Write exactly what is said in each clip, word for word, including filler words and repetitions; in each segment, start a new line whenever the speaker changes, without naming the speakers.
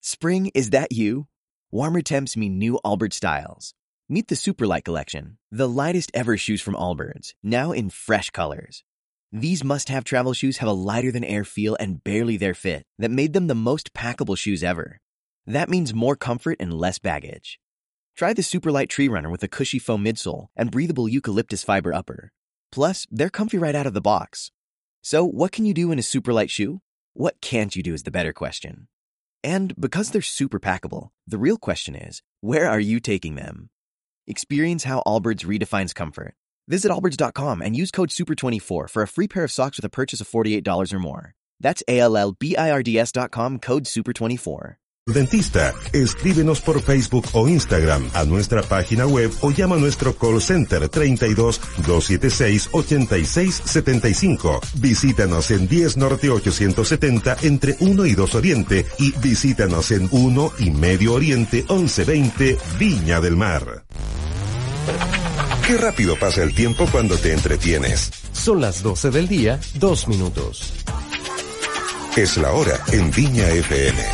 Spring, is that you? Warmer temps mean new Allbirds styles. Meet the Superlight Collection, the lightest ever shoes from Allbirds, now in fresh colors. These must-have travel shoes have a lighter-than-air feel and barely their fit that made them the most packable shoes ever. That means more comfort and less baggage. Try the Superlight Tree Runner with a cushy foam midsole and breathable eucalyptus fiber upper. Plus, they're comfy right out of the box. So, what can you do in a Superlight shoe? What can't you do is the better question. And because they're super packable, the real question is, where are you taking them? Experience how Allbirds redefines comfort. Visit allbirds dot com and use code super twenty-four for a free pair of socks with a purchase of forty-eight dollars or more. That's A L L B I R D S dot com, code super twenty-four.
Dentista, escríbenos por Facebook o Instagram a nuestra página web o llama a nuestro call center treinta y dos, doscientos setenta y seis, ochenta y seis setenta y cinco. Visítanos en diez Norte ochocientos setenta entre uno y dos Oriente y visítanos en uno y medio Oriente once veinte Viña del Mar. Qué rápido pasa el tiempo cuando te entretienes.
Son las doce del día, dos minutos.
Es la hora en Viña F M.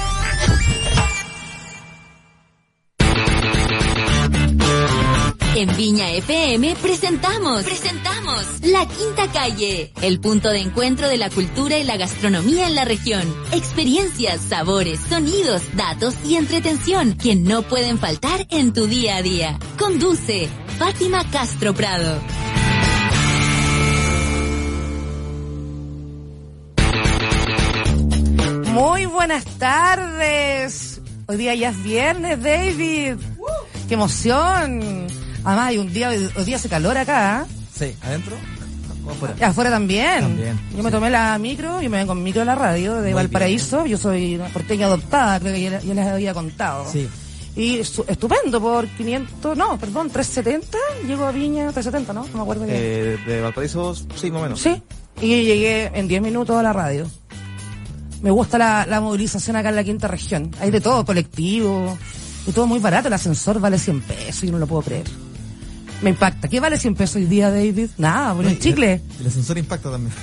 En Viña F M presentamos, presentamos La Quinta Calle, el punto de encuentro de la cultura y la gastronomía en la región. Experiencias, sabores, sonidos, datos y entretención que no pueden faltar en tu día a día. Conduce Fátima Castro Prado.
Muy buenas tardes. Hoy día ya es viernes, David. ¡Uh! ¡Qué emoción! Además, hay un día, hoy día hace calor acá.
Sí, ¿adentro o afuera?
Y afuera también.
También.
Yo me tomé la micro, yo me vengo con micro a la radio de Muy Valparaíso. Bien. Yo soy una porteña adoptada, creo que ya, ya les había contado.
Sí.
Y estu- estupendo, por quinientos, no, perdón, trescientos setenta, llego a Viña, trescientos setenta, ¿no? No me acuerdo bien.
Eh, de Valparaíso, sí, más o menos.
Sí, y llegué en diez minutos a la radio. Me gusta la, la movilización acá en la quinta región. Hay de todo, colectivo, y todo muy barato. El ascensor vale cien pesos y no lo puedo creer. Me impacta. ¿Qué vale cien pesos hoy día, David? Nada, por un chicle.
El, el ascensor impacta también.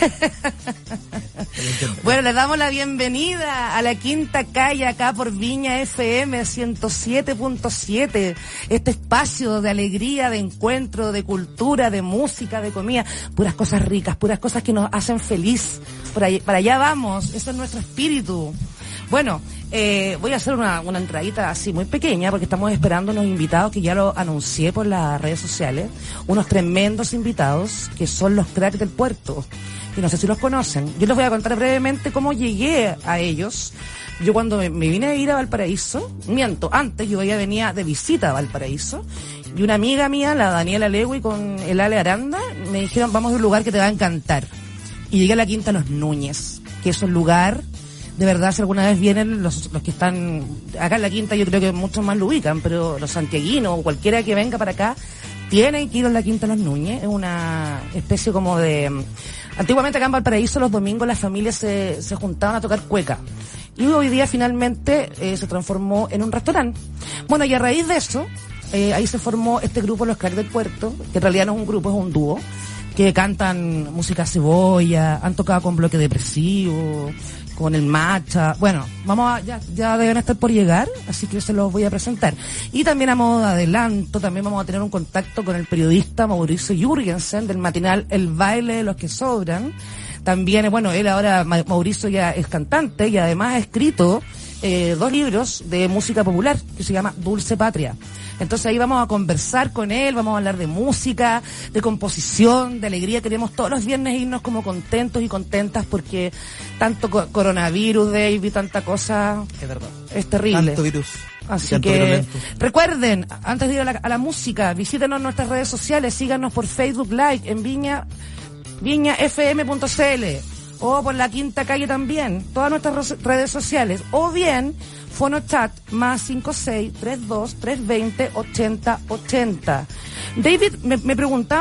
Bueno, les damos la bienvenida a la Quinta Calle acá por Viña F M ciento siete punto siete. Este espacio de alegría, de encuentro, de cultura, de música, de comida. Puras cosas ricas, puras cosas que nos hacen feliz. Por ahí, para allá vamos. Eso es nuestro espíritu. Bueno, eh, voy a hacer una, una entradita así muy pequeña porque estamos esperando unos invitados que ya lo anuncié por las redes sociales. Unos tremendos invitados que son los cracks del puerto. Y no sé si los conocen. Yo les voy a contar brevemente cómo llegué a ellos. Yo cuando me, me vine a ir a Valparaíso, miento, antes yo ya venía de visita a Valparaíso, y una amiga mía, la Daniela Lewy con el Ale Aranda, me dijeron, vamos a un lugar que te va a encantar. Y llegué a la Quinta Los Núñez, que es un lugar, de verdad, si alguna vez vienen los, los que están acá en la Quinta, yo creo que muchos más lo ubican, pero los santiaguinos o cualquiera que venga para acá, tienen que ir a la Quinta Los Núñez. Es una especie como de... Antiguamente acá en Valparaíso los domingos las familias se, se juntaban a tocar cueca. Y hoy día finalmente eh, se transformó en un restaurante. Bueno, y a raíz de eso, eh, ahí se formó este grupo, Los Cracks del Puerto, que en realidad no es un grupo, es un dúo, que cantan música cebolla, han tocado con Bloque Depresivo, con el Macha. Bueno, vamos a, ya, ya deben estar por llegar, así que se los voy a presentar. Y también a modo de adelanto, también vamos a tener un contacto con el periodista Mauricio Jürgensen del matinal El Baile de los que Sobran. También, bueno, él ahora, Mauricio ya es cantante y además ha escrito eh, dos libros de música popular que se llama Dulce Patria. Entonces ahí vamos a conversar con él, vamos a hablar de música, de composición, de alegría. Queremos todos los viernes irnos como contentos y contentas porque tanto co- coronavirus, David, tanta cosa,
Es verdad.
es terrible.
Tanto virus.
Así
tanto
que
virulento.
recuerden, antes de ir a la, a la música, visítenos en nuestras redes sociales, síganos por Facebook Live en Viña, viña f m punto c l o por la Quinta Calle también, todas nuestras redes sociales, o bien Fonochat más cinco seis tres dos tres dos cero ochenta ochenta. David, me, me preguntaba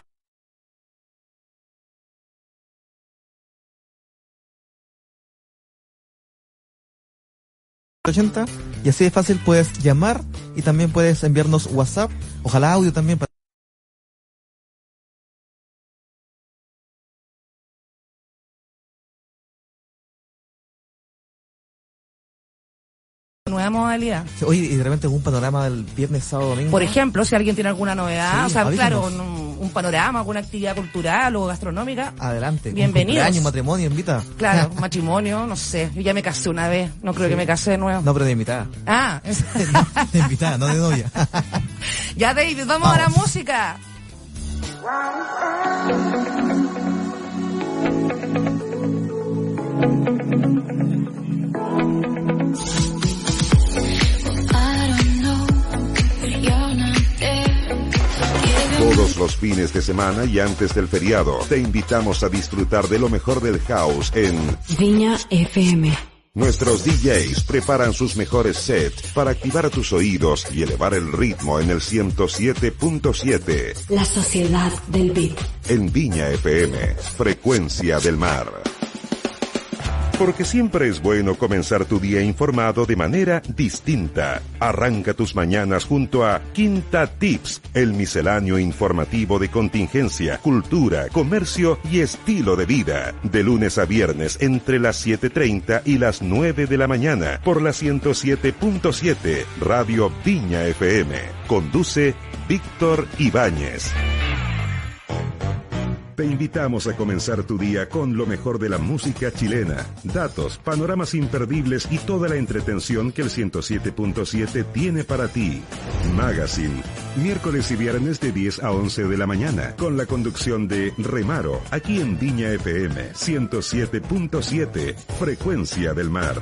ochenta y así de fácil puedes llamar y también puedes enviarnos WhatsApp, ojalá audio también para
nueva modalidad.
Oye, y de repente algún panorama del viernes, sábado, domingo.
Por ejemplo, si alguien tiene alguna novedad,
Sí,
o sea,
avísanos.
claro, un, un panorama, alguna actividad cultural o gastronómica.
Adelante.
Bienvenidos.
Un cumpleaños, un matrimonio, invita.
Claro, matrimonio, no sé. Yo ya me casé una vez, no creo
Sí.
que me case de nuevo.
No, pero de invitada.
Ah,
De invitada, no de novia.
ya David, vamos,
Vamos.
a la música.
Todos los fines de semana y antes del feriado, te invitamos a disfrutar de lo mejor del house en
Viña F M.
Nuestros D Js preparan sus mejores sets para activar tus oídos y elevar el ritmo en el ciento siete punto siete.
La sociedad del beat.
En Viña F M, Frecuencia del Mar. Porque siempre es bueno comenzar tu día informado de manera distinta. Arranca tus mañanas junto a Quinta Tips, el misceláneo informativo de contingencia, cultura, comercio y estilo de vida. De lunes a viernes entre las siete treinta y las nueve de la mañana por la ciento siete punto siete, Radio Viña F M. Conduce Víctor Ibáñez. Te invitamos a comenzar tu día con lo mejor de la música chilena, datos, panoramas imperdibles y toda la entretención que el ciento siete punto siete tiene para ti. Magazine, miércoles y viernes de diez a once de la mañana, con la conducción de Remaro, aquí en Viña F M ciento siete punto siete, Frecuencia del Mar.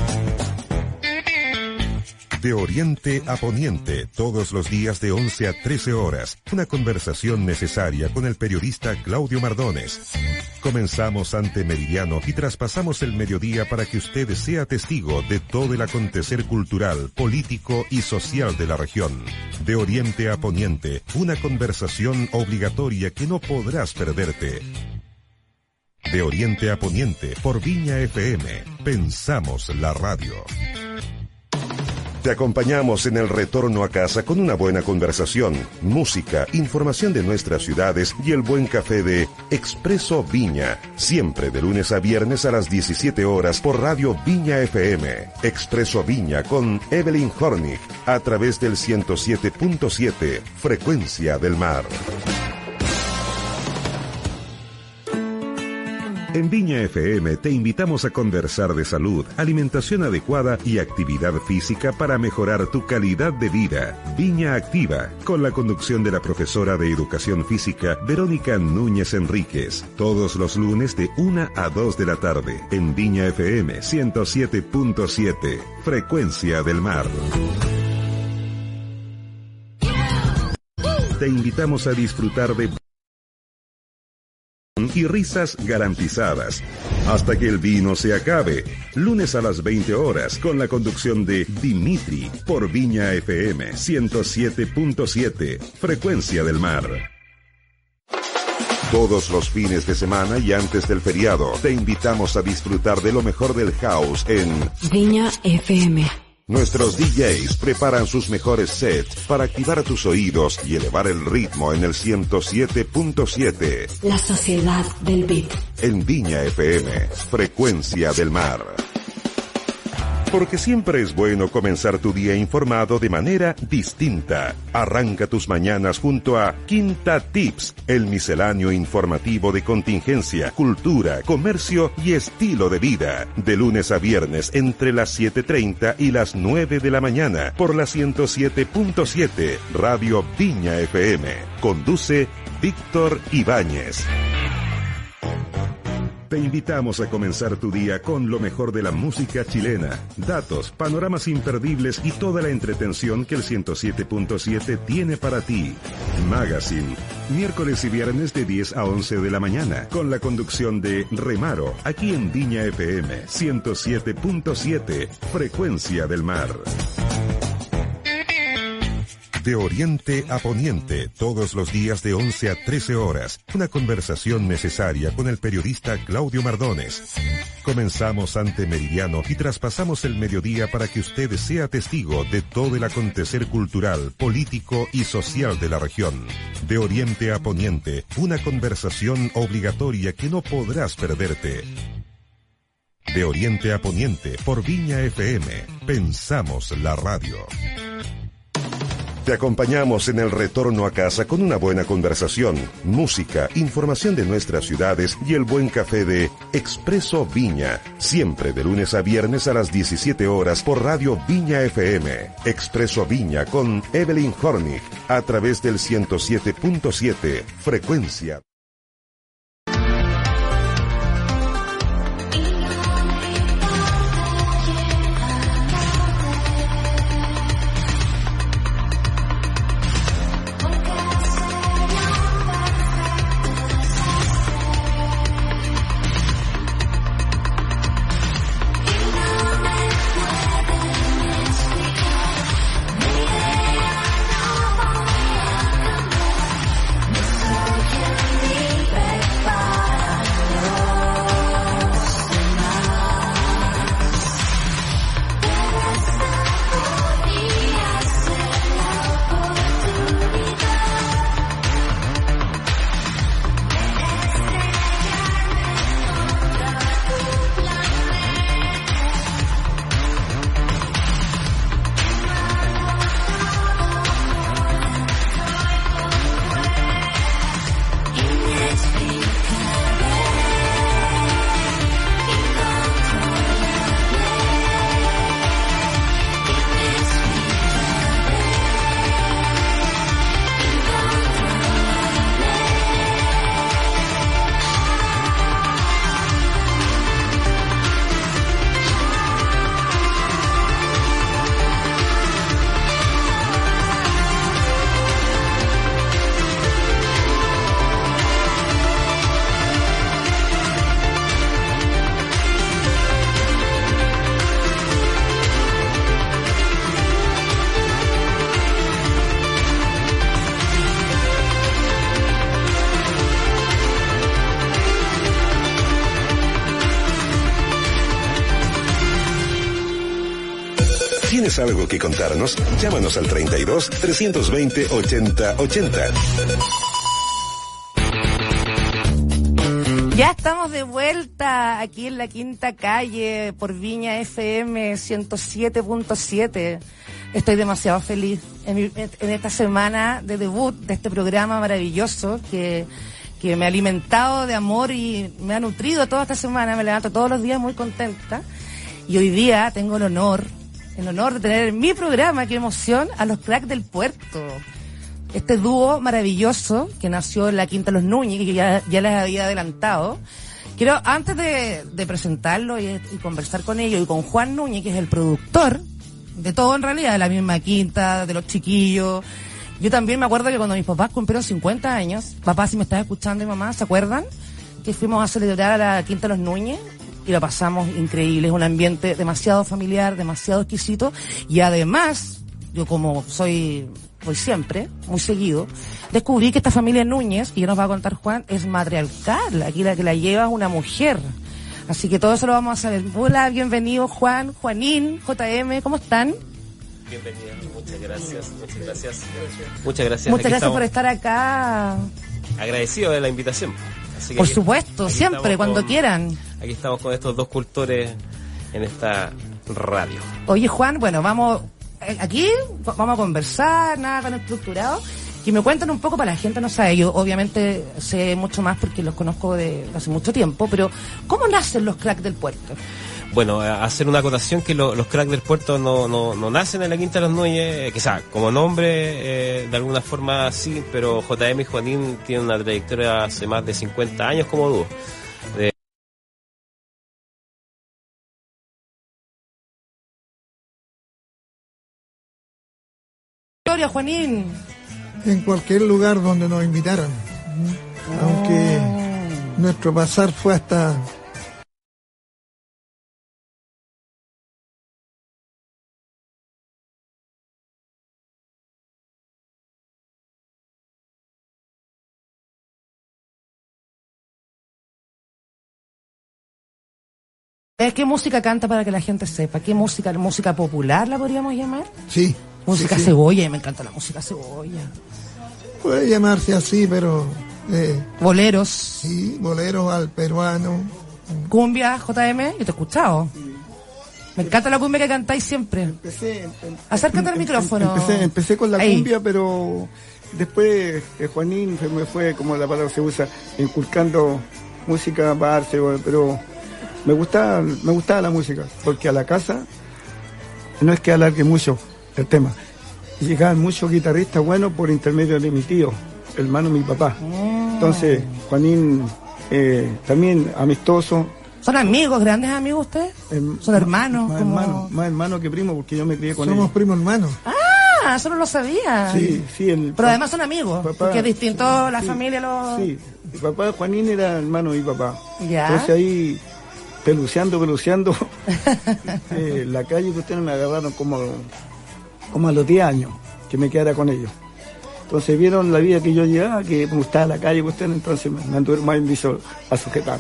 De oriente a poniente, todos los días de once a trece horas. Una conversación necesaria con el periodista Claudio Mardones. Comenzamos ante meridiano y traspasamos el mediodía para que usted sea testigo de todo el acontecer cultural, político y social de la región. De oriente a poniente, una conversación obligatoria que no podrás perderte. De oriente a poniente, por Viña F M, pensamos la radio. Te acompañamos en el retorno a casa con una buena conversación, música, información de nuestras ciudades y el buen café de Expreso Viña, siempre de lunes a viernes a las diecisiete horas por Radio Viña F M. Expreso Viña con Evelyn Hornig a través del ciento siete punto siete, Frecuencia del Mar. En Viña F M te invitamos a conversar de salud, alimentación adecuada y actividad física para mejorar tu calidad de vida. Viña Activa, con la conducción de la profesora de Educación Física Verónica Núñez Enríquez. Todos los lunes de una a dos de la tarde en Viña F M ciento siete punto siete, Frecuencia del Mar. Te invitamos a disfrutar de y risas garantizadas, hasta que el vino se acabe. Lunes a las veinte horas, con la conducción de Dimitri, por Viña F M ciento siete punto siete, Frecuencia del Mar. Todos los fines de semana y antes del feriado, te invitamos a disfrutar de lo mejor del house en
Viña F M.
Nuestros D Js preparan sus mejores sets para activar tus oídos y elevar el ritmo en el ciento siete punto siete.
La sociedad del beat.
En Viña F M, Frecuencia del Mar. Porque siempre es bueno comenzar tu día informado de manera distinta. Arranca tus mañanas junto a Quinta Tips, el misceláneo informativo de contingencia, cultura, comercio y estilo de vida. De lunes a viernes entre las siete treinta y las nueve de la mañana por la ciento siete punto siete, Radio Viña F M. Conduce Víctor Ibáñez. Te invitamos a comenzar tu día con lo mejor de la música chilena, datos, panoramas imperdibles y toda la entretención que el ciento siete punto siete tiene para ti. Magazine, miércoles y viernes de diez a once de la mañana, con la conducción de Remaro, aquí en Viña F M ciento siete punto siete, Frecuencia del Mar. De oriente a poniente, todos los días de once a trece horas. Una conversación necesaria con el periodista Claudio Mardones. Comenzamos ante meridiano y traspasamos el mediodía para que usted sea testigo de todo el acontecer cultural, político y social de la región. De oriente a poniente, una conversación obligatoria que no podrás perderte. De oriente a poniente, por Viña F M. Pensamos la radio. Te acompañamos en el retorno a casa con una buena conversación, música, información de nuestras ciudades y el buen café de Expreso Viña. Siempre de lunes a viernes a las diecisiete horas por Radio Viña F M. Expreso Viña con Evelyn Hornig a través del ciento siete punto siete frecuencia. ¿Tienes algo que contarnos? Llámanos al treinta y dos, trescientos veinte, ochenta ochenta.
Ya estamos de vuelta aquí en la Quinta Calle por Viña F M ciento siete punto siete. Estoy demasiado feliz en, mi, en esta semana de debut de este programa maravilloso que, que me ha alimentado de amor y me ha nutrido toda esta semana. Me levanto todos los días muy contenta. Y hoy día tengo el honor, el honor de tener en mi programa, qué emoción, a los Cracks del Puerto. Este dúo maravilloso que nació en la Quinta Los Núñez, que ya, ya les había adelantado. Quiero, antes de, de presentarlo y, y conversar con ellos y con Juan Núñez, que es el productor de todo en realidad, de la misma quinta, de los chiquillos. Yo también me acuerdo que cuando mis papás cumplieron cincuenta años, papá, si me estás escuchando y mamá, ¿se acuerdan? Que fuimos a celebrar a la Quinta Los Núñez y lo pasamos increíble. Es un ambiente demasiado familiar, demasiado exquisito y además, yo como soy... Hoy siempre, muy seguido, descubrí que esta familia Núñez, que ya nos va a contar Juan, es matriarcal. Aquí la que la lleva es una mujer. Así que todo eso lo vamos a saber. Hola, bienvenido Juan, Juanín, J M, ¿cómo están?
Bienvenido, muchas gracias, muchas gracias. Muchas gracias.
Muchas gracias por estar acá.
Agradecido de la invitación. Así que
por
aquí,
supuesto,
aquí
siempre, cuando
con,
quieran.
Aquí estamos con estos dos cultores en esta radio.
Oye Juan, bueno, vamos... Aquí vamos a conversar, nada tan estructurado, que me cuenten un poco para la gente, no sabe, yo obviamente sé mucho más porque los conozco de hace mucho tiempo, pero ¿cómo nacen los Cracks del Puerto?
Bueno, hacer una acotación que lo, los Cracks del Puerto no, no, no nacen en la Quinta de los Núñez, quizás como nombre eh, de alguna forma sí, pero J M y Juanín tienen una trayectoria hace más de cincuenta años como dúo. De
Juanín.
En cualquier lugar donde nos invitaran. Oh. Aunque nuestro pasar fue hasta...
¿Qué música canta para que la gente sepa? ¿Qué música? ¿Música popular la podríamos llamar?
Sí.
Música
sí, sí.
cebolla, me encanta la música cebolla.
Puede llamarse así, pero... Eh,
boleros.
Sí, boleros al peruano.
Cumbia, J M, yo te he escuchado. Me encanta la cumbia que cantáis siempre.
Empecé, em,
Acércate al
em,
micrófono.
Empecé, empecé con la
Ahí.
cumbia, pero después eh, Juanín se me fue, como la palabra se usa, inculcando música barce, pero me gustaba, me gustaba la música, porque a la casa no es que alargue mucho el tema. Llegaban muchos guitarristas buenos por intermedio de mi tío, hermano de mi papá. Entonces, Juanín eh, también amistoso.
¿Son amigos, grandes amigos ustedes?
Em,
¿Son hermanos?
Más,
como...
hermano, más hermano que primo, porque yo me crié con
Somos
ellos.
Somos
primos hermanos.
Ah, eso no lo sabía.
Sí, sí. El,
Pero además son amigos,
papá,
porque es distinto la
sí,
familia. Los...
Sí, mi papá Juanín era hermano de mi papá.
Ya.
Entonces ahí, peluceando, peluceando, eh, la calle que ustedes me agarraron como, como a los diez años, que me quedara con ellos. Entonces vieron la vida que yo llevaba, que me gustaba la calle, ustedes, entonces me, me anduvieron más inviso a sujetarme.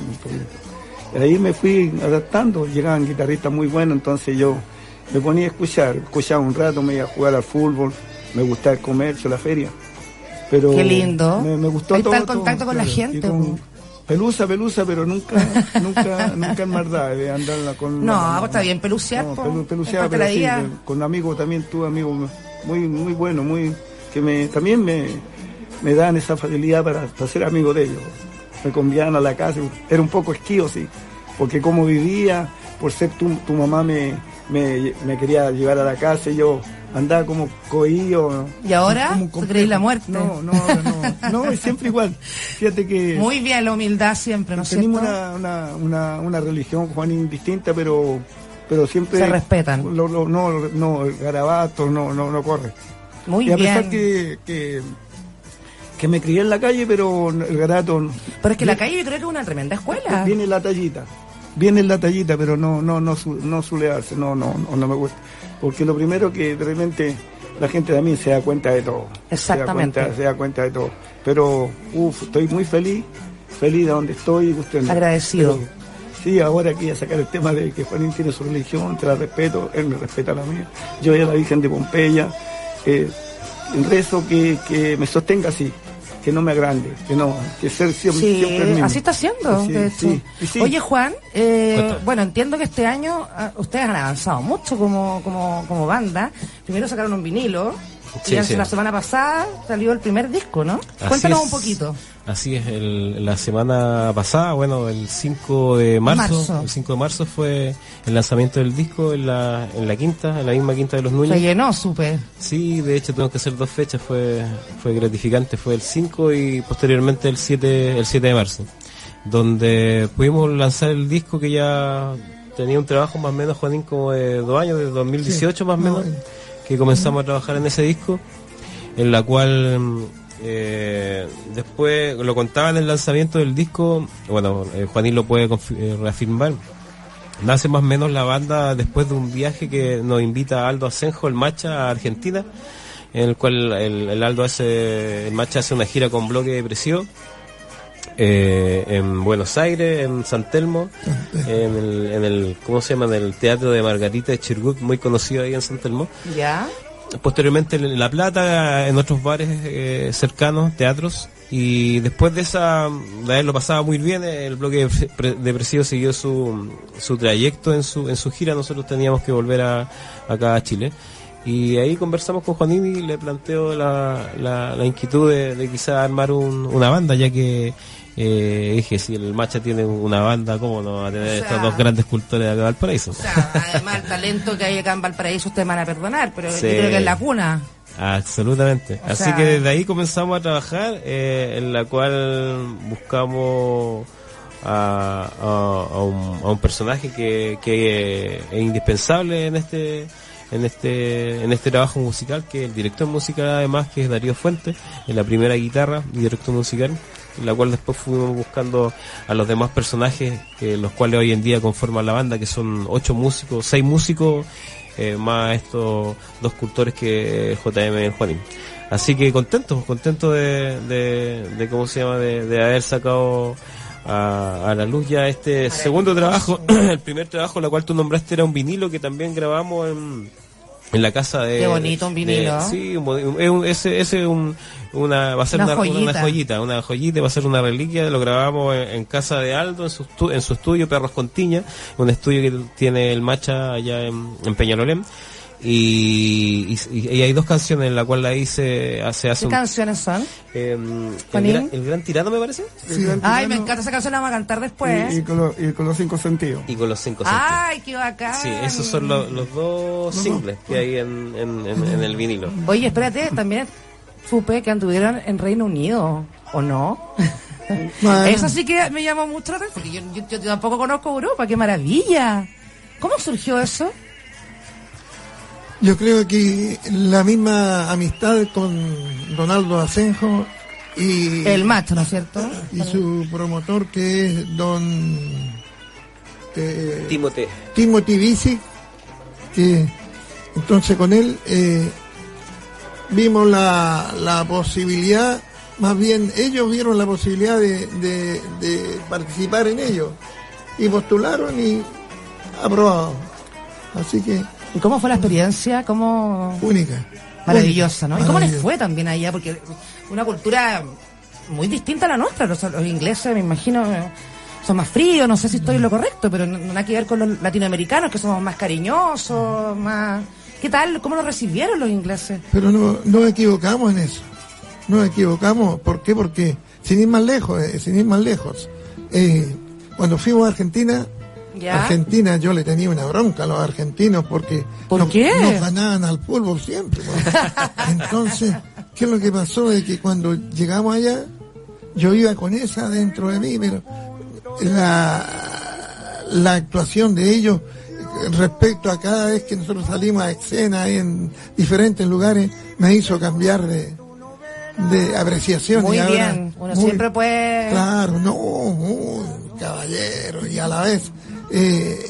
Y ahí me fui adaptando, llegaban guitarristas muy buenos, entonces yo me ponía a escuchar, escuchaba un rato, me iba a jugar al fútbol, me gustaba el comercio, la feria. Pero
qué lindo.
Me, me gustó
ahí
todo.
Está el contacto
todo,
con
claro,
la gente.
Con, pelusa, pelusa, pero nunca, nunca, nunca en maldad de andarla con...
No,
no,
no, está bien, pelucear.
No,
po,
pelu, pelucear, pero sí, con amigos también tuve amigos muy, muy buenos, muy, que me, también me, me dan esa facilidad para, para ser amigo de ellos. Me convidaban a la casa, era un poco esquío, sí, porque como vivía, por ser tu, tu mamá me, me, me quería llevar a la casa y yo andaba como cohío.
¿Y ahora? ¿Te creéis la muerte?
No, no, no, no, es siempre igual. Fíjate que...
Muy bien, la humildad siempre, ¿no es cierto?
Tenemos una, una, una, una religión, Juanín, distinta, pero, pero siempre...
Se respetan.
Lo, lo, no, no, el garabato no, no, no corre.
Muy
y a
bien.
pesar que, que, que me crié en la calle, pero el garabato...
Pero es que la calle yo creo que es una tremenda escuela.
Viene la tallita. Viene la tallita, pero no, no, no, su, no sulearse, no, no, no, no me gusta. Porque lo primero que de repente la gente también se da cuenta de todo.
Exactamente.
Se da cuenta, se da cuenta de todo. Pero, uff, estoy muy feliz, feliz de donde estoy. Usted,
agradecido.
Pero, sí, ahora aquí a sacar el tema de que Juanín tiene su religión, te la respeto, él me respeta la mía. Yo voy a la Virgen de Pompeya, eh, rezo que, que me sostenga así. Que no me agrande, que no, que ser siempre,
sí,
siempre el mismo.
así está haciendo,
sí,
de hecho.
Sí, sí.
Oye, Juan, eh, bueno, entiendo que este año uh, ustedes han avanzado mucho como, como, como banda. Primero sacaron un vinilo,
sí,
y
sí.
la semana pasada salió el primer disco, ¿no?
Así
Cuéntanos
es,
un poquito.
Así es, el, la semana pasada, bueno, el cinco de marzo,
marzo,
el cinco de marzo fue el lanzamiento del disco en la, en la quinta, en la misma quinta de los Núñez.
Se llenó, supe.
Sí, de hecho tuvimos que hacer dos fechas, fue, fue gratificante, fue el cinco y posteriormente el siete, el siete de marzo, donde pudimos lanzar el disco que ya tenía un trabajo más o menos, Juanín, como de dos años, de dos mil dieciocho sí, más o menos, no, que comenzamos a trabajar en ese disco, en la cual... Eh, después lo contaba en el lanzamiento del disco, bueno, eh, Juanín lo puede eh, reafirmar. Nace más o menos la banda después de un viaje que nos invita Aldo Asenjo, el Macha, a Argentina, en el cual el, el Aldo hace, el Macha hace una gira con Bloque Depresivo eh, en Buenos Aires, en San Telmo, en el, en el, ¿cómo se llama? En el Teatro de Margarita de Chirgut, muy conocido ahí en San Telmo.
Ya.
Posteriormente en La Plata, en otros bares eh, cercanos, teatros, y después de esa, de haberlo pasado muy bien, el Bloque Depresivo siguió su, su trayecto en su, en su gira. Nosotros teníamos que volver a, acá a Chile, y ahí conversamos con Juanín y le planteo la, la, la inquietud de, de quizá armar un, una banda, ya que Eh, dije, si el Macha tiene una banda, ¿cómo no va a tener o sea, estos dos grandes cultores de acá en Valparaíso?
O sea, además el talento que hay acá en Valparaíso ustedes van a perdonar, pero
sí,
yo creo que es la cuna.
Absolutamente.
O
Así
sea,
que desde ahí comenzamos a trabajar, eh, en la cual buscamos a, a, a, un, a un personaje que, que es indispensable en este en este en este trabajo musical, que es el director musical, además, que es Darío Fuentes, en la primera guitarra y director musical, en la cual después fuimos buscando a los demás personajes, eh, los cuales hoy en día conforman la banda, que son ocho músicos, seis músicos, eh, más estos dos cultores que es J M y Juanín. Así que contentos, contentos de, de, de cómo se llama, de, de haber sacado a, a la luz ya este segundo trabajo. El primer trabajo, la cual tú nombraste, era un vinilo que también grabamos en, en la casa de...
Qué bonito un vinilo.
De, sí, un, un, ese ese un, una va a ser
una,
una,
joyita.
una joyita, una joyita, va a ser una reliquia. Lo grabamos en, en casa de Aldo, en su, en su estudio Perros con Tiña, un estudio que tiene el Macha allá en, en Peñalolén. Y, y, y hay dos canciones en las cuales la hice hace hace
¿Qué
un,
canciones son?
Eh, el, gran, el Gran Tirano, me parece.
Sí.
Ay, me encanta esa canción, la vamos a cantar después.
Y, y, con, lo, y con los cinco sentidos.
Y con los cinco sentidos.
Ay, qué bacán.
Sí, esos son los, los dos singles que hay en, en, en, en el vinilo.
Oye, espérate, también supe que anduvieron en Reino Unido, ¿o no? Bueno. Eso sí que me llamó mucho la atención, porque yo, yo, yo tampoco conozco Europa, qué maravilla. ¿Cómo surgió eso?
Yo creo que la misma amistad con Donaldo Asenjo y...
El macho, ¿no es cierto?
Y su promotor, que es don... Eh,
Timothy.
Timothy Visick, que entonces con él eh, vimos la, la posibilidad, más bien ellos vieron la posibilidad de, de, de participar en ello, y postularon y aprobaron. Así que...
¿Y cómo fue la experiencia? ¿Cómo...
Única.
Maravillosa, ¿no? ¿Y cómo les
Maravillosa.
fue también allá? Porque una cultura muy distinta a la nuestra. Los, los ingleses, me imagino, son más fríos, no sé si estoy en lo correcto, pero no, no nada que ver con los latinoamericanos, que somos más cariñosos, más... ¿Qué tal? ¿Cómo lo recibieron los ingleses?
Pero no nos equivocamos en eso. Nos equivocamos. ¿Por qué? Porque, sin ir más lejos, eh, sin ir más lejos, eh, cuando fuimos a Argentina...
¿Ya?
Argentina, yo le tenía una bronca a los argentinos porque
¿Por
nos,
qué?
nos ganaban al fútbol siempre. Entonces, ¿qué es lo que pasó? De que cuando llegamos allá, yo iba con esa dentro de mí, pero la, la actuación de ellos respecto a cada vez que nosotros salimos a escena en diferentes lugares me hizo cambiar de, de apreciación.
Muy
y ahora,
bien, uno
muy,
siempre puede...
Claro, no, muy caballero, y a la vez... Eh,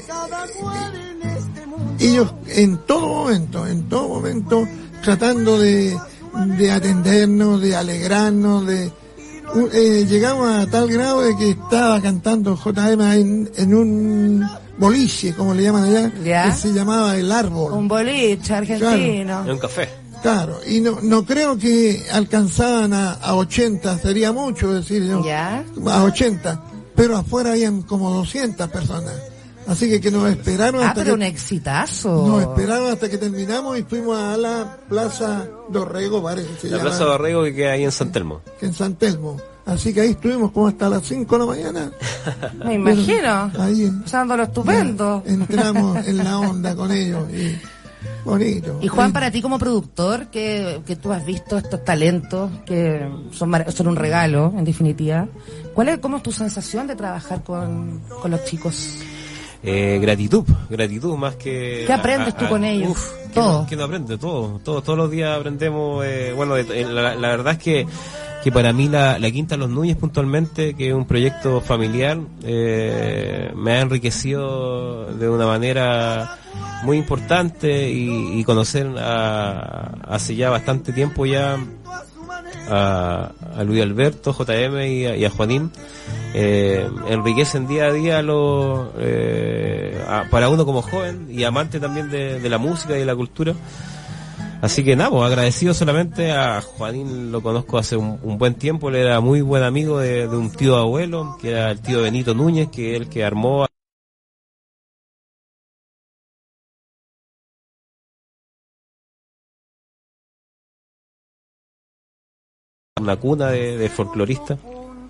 ellos en todo momento, en todo momento, tratando de, de atendernos, de alegrarnos, de eh, llegamos a tal grado de que estaba cantando J M en, en un boliche, como le llaman allá,
¿Ya?
que se llamaba El Árbol.
Un boliche argentino.
En un café.
Claro, y no no creo que alcanzaban a, a ochenta, sería mucho decir yo,
¿Ya?
a ochenta, pero afuera habían como doscientas personas. Así que que nos esperaron
Ah,
hasta
pero
que...
un exitazo.
Nos esperaron hasta que terminamos y fuimos a la Plaza Dorrego, parece que se
La
llama,
Plaza Dorrego que queda ahí en San Telmo.
que en San Telmo. Así que ahí estuvimos como hasta las cinco de la mañana.
Me imagino.
Ahí
Pasándolo estupendo.
ya, entramos en la onda con ellos y bonito.
Y Juan,
Y-
para ti como productor, que, que tú has visto estos talentos que son, mar- son un regalo, en definitiva, ¿cuál es, cómo es tu sensación de trabajar con, con los chicos?
Eh, gratitud, gratitud más que...
¿Qué aprendes tú con ellos?
Uf, que
Todo.
no, que no aprende, todo, todo, todos los días aprendemos, eh, bueno, de- eh, la, la verdad es que que para mí la, la Quinta Los Núñez puntualmente, que es un proyecto familiar, eh, me ha enriquecido de una manera muy importante y, y conocer a, hace ya bastante tiempo ya a, a Luis Alberto, J M y a, y a Juanín, eh, enriquecen día a día lo, eh, a- para uno como joven y amante también de, de la música y de la cultura. Así que nada, pues, agradecido solamente a Juanín, lo conozco hace un, un buen tiempo, él era muy buen amigo de, de un tío abuelo, que era el tío Benito Núñez, que es el que armó una cuna de, de folcloristas.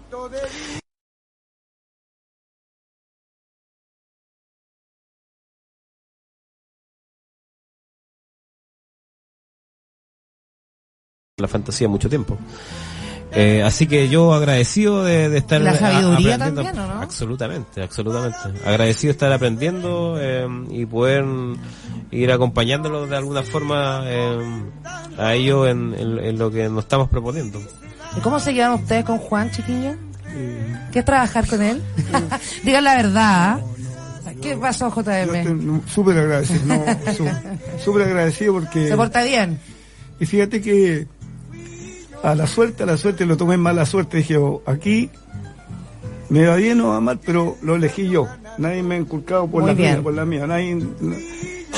La fantasía mucho tiempo. Eh, así que yo agradecido de, de estar
La
a-
sabiduría
aprendiendo.
también, ¿o no?
Absolutamente, absolutamente. Agradecido de estar aprendiendo eh, y poder ir acompañándolos de alguna forma eh, a ellos en, en- en lo que nos estamos proponiendo.
¿Y cómo se llevan ustedes con Juan, chiquillo? ¿Qué es trabajar con él? Digan la verdad. ¿eh? ¿Qué pasó, J
Yo
M?
estoy súper agradecido, no, sú- súper agradecido porque...
¿Se porta bien?
Y fíjate que a la suerte, a la suerte lo tomé en mala suerte. Dije, oh, aquí me va bien o va mal, pero lo elegí yo. Nadie me ha inculcado por
Muy
la
bien.
mía, por la mía. Nadie,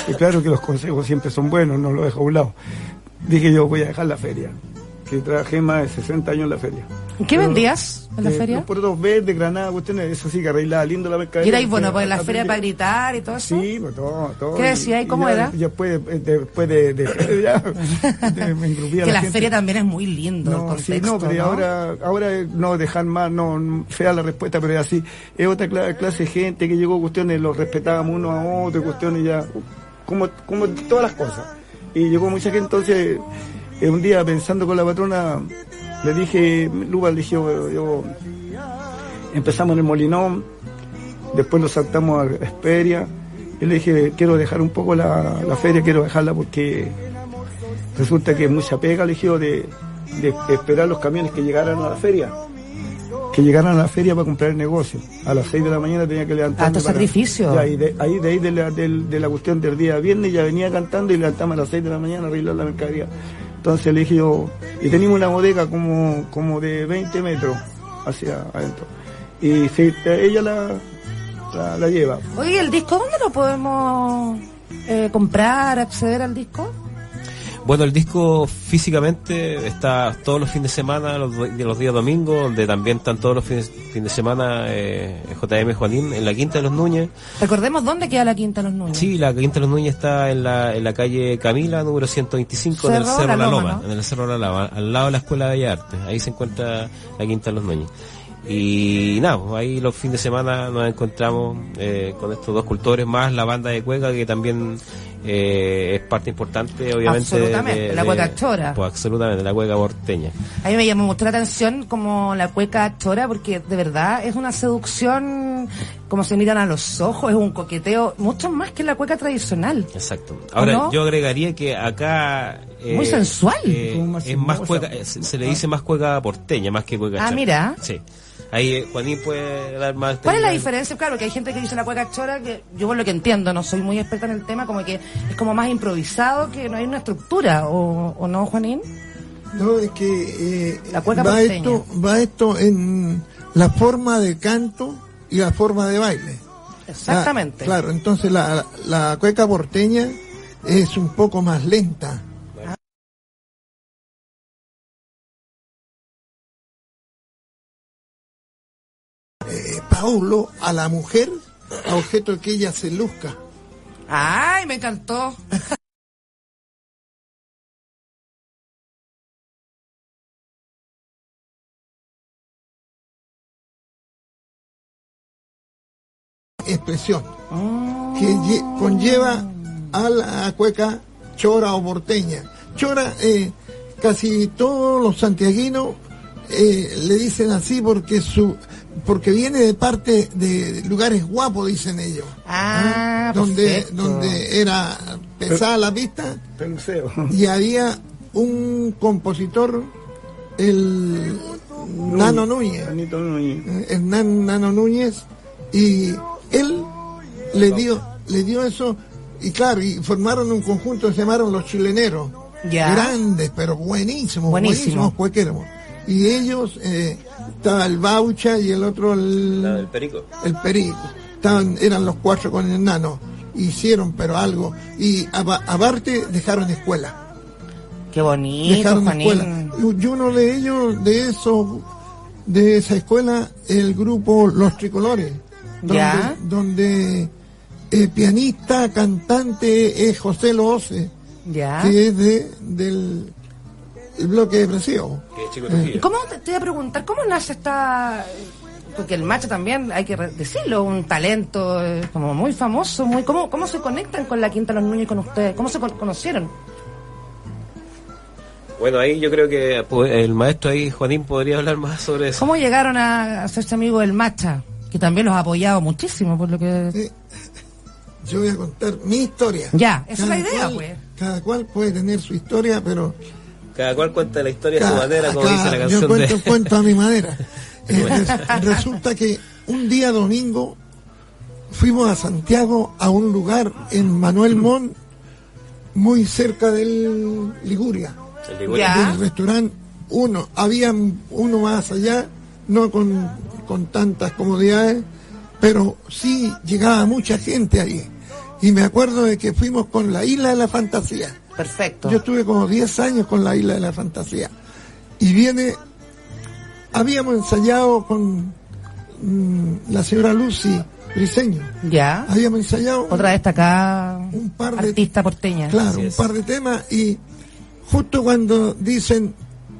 Y claro que los consejos siempre son buenos, no lo dejo a un lado. Dije yo, voy a dejar la feria, que trabajé más de sesenta años en la feria.
¿Qué
Pero,
vendías en la
eh,
feria?
Los puertos verdes, granadas, cuestiones, eso sí que arreglaba lindo la mercadería.
¿Y era ahí, bueno, pues en la
Aprendí.
feria para gritar y todo eso?
Sí, pues todo, todo.
¿Qué decía y cómo
ya,
era?
Ya después, después de, de, de ya, de- me engrupía
Que la
gente.
feria también es muy lindo, el
No,
contexto,
sí, no, pero
¿no?
ahora, ahora eh, no dejar más, no, fea la respuesta, pero es así. Es otra cla- clase de gente que llegó, cuestiones, los respetábamos uno a otro, cuestiones ya, como, como todas las cosas. Y llegó mucha gente, entonces, eh, un día pensando con la patrona, le dije, Luba, le dije, yo, yo- empezamos en el Molinón, después nos saltamos a Esperia, y le dije, quiero dejar un poco la, la feria, quiero dejarla porque resulta que es mucha pega, le dije, de, de esperar los camiones que llegaran a la feria, que llegaran a la feria para comprar el negocio. A las seis de la mañana tenía que levantarme.
Alto
para-
sacrificio.
Ya, y de ahí, de ahí de la, del- de la cuestión del día viernes ya venía cantando y levantamos a las seis de la mañana a arreglar la mercadería. Entonces le dije yo, y teníamos una bodega como, como de veinte metros hacia adentro. Y sí, ella la, la, la lleva.
Oye, ¿el disco dónde lo podemos eh, comprar, acceder al disco?
Bueno, el disco físicamente está todos los fines de semana, los, do- los días domingos, donde también están todos los fines, fines de semana eh, J M Juanín en la Quinta de los Núñez.
Recordemos dónde queda la Quinta de los Núñez.
Sí, la Quinta de los Núñez está en la, en la calle Camila, número ciento veinticinco, en el
Cerro
Cerro
La
La
Loma,
Loma,
¿no?
en el Cerro La Loma, al lado de la Escuela de Bellas Artes. Ahí se encuentra la Quinta de los Núñez. Y nada, pues, ahí los fines de semana nos encontramos eh, con estos dos cultores, más la banda de cueca, que también eh, es parte importante, obviamente.
Absolutamente, la cueca chora.
Pues absolutamente, la cueca porteña.
A mí me llamó mucho la atención como la cueca chora, porque de verdad es una seducción, como se miran a los ojos, es un coqueteo, mucho más que la cueca tradicional.
Exacto. Ahora,
¿no?
yo agregaría que acá... eh,
Muy sensual.
eh,
Como más
es más
hermosa.
cueca, eh, se, se le dice más cueca porteña, más que cueca
Ah,
chora.
mira.
Sí. Ahí eh, Juanín puede dar más...
¿Cuál es la
detalles.
diferencia? Claro, que hay gente que dice la cueca chora, que yo por lo que entiendo, no soy muy experta en el tema, como que es como más improvisado, que no hay una estructura, ¿o, o no, Juanín?
No, es que eh,
La cueca
va
porteña.
esto, va esto en la forma de canto y la forma de baile.
Exactamente.
Ah, claro, entonces la, la cueca porteña es un poco más lenta. Eh, Paulo a la mujer a objeto de que ella se luzca.
¡Ay, me encantó!
Expresión que lle- conlleva a la cueca chora o porteña. Chora, eh, casi todos los santiaguinos eh, le dicen así porque su porque viene de parte de lugares guapos, dicen ellos.
Ah,
donde
perfecto.
donde era pesada la pista
Peluceo.
y había un compositor, el Nano Núñez,
Anito Núñez.
Hernán Nano Núñez, y él le dio le dio eso, y claro, y formaron un conjunto que se llamaron Los Chileneros.
Ya.
Grandes, pero buenísimos,
Buenísimo.
buenísimos cuequeros. Y ellos, eh, estaba el Baucha y el otro el,
La del Perico.
el Perico. Estaban, eran los cuatro con el Nano. Hicieron, pero algo. Y apa- aparte dejaron escuela.
Qué bonito,
Dejaron
Juanín.
escuela. Y uno de ellos, de eso, de esa escuela, el grupo Los Tricolores. Donde,
Ya.
donde el pianista, cantante es José Loce,
Ya.
que es de, del el bloque depresivo.
Que es Chico
¿Y
Trujillo.
cómo, te, te voy a preguntar, cómo nace esta... Porque el macho también, hay que re- decirlo, un talento eh, como muy famoso, muy ¿cómo, ¿cómo se conectan con la Quinta de los Núñez con ustedes? ¿Cómo se con- conocieron?
Bueno, ahí yo creo que pues, el maestro ahí, Juanín, podría hablar más sobre eso.
¿Cómo llegaron a hacerse amigos del Macha? Que también los ha apoyado muchísimo, por lo que...
Sí. Yo voy a contar mi historia.
Ya, esa es la
Cada
idea,
cual-
pues.
Cada cual puede tener su historia, pero
Cada cual cuenta la historia a su
Cada-
manera, como
cada-
dice la
yo
canción
cuento
de...
cuento a mi manera. Eh, res- resulta que un día domingo fuimos a Santiago, a un lugar en Manuel Montt, muy cerca del Liguria,
El Liguria.
Ya.
del restaurante uno. Había uno más allá, no con, con tantas comodidades, pero sí llegaba mucha gente ahí. y me acuerdo de que fuimos con la Isla de la Fantasía.
Perfecto.
Yo estuve como diez años con la Isla de la Fantasía. Y viene, habíamos ensayado con mmm, la señora Lucy Briceño.
Ya.
Habíamos ensayado
otra destacada
un par de
artista porteña.
Claro, un par de temas y justo cuando dicen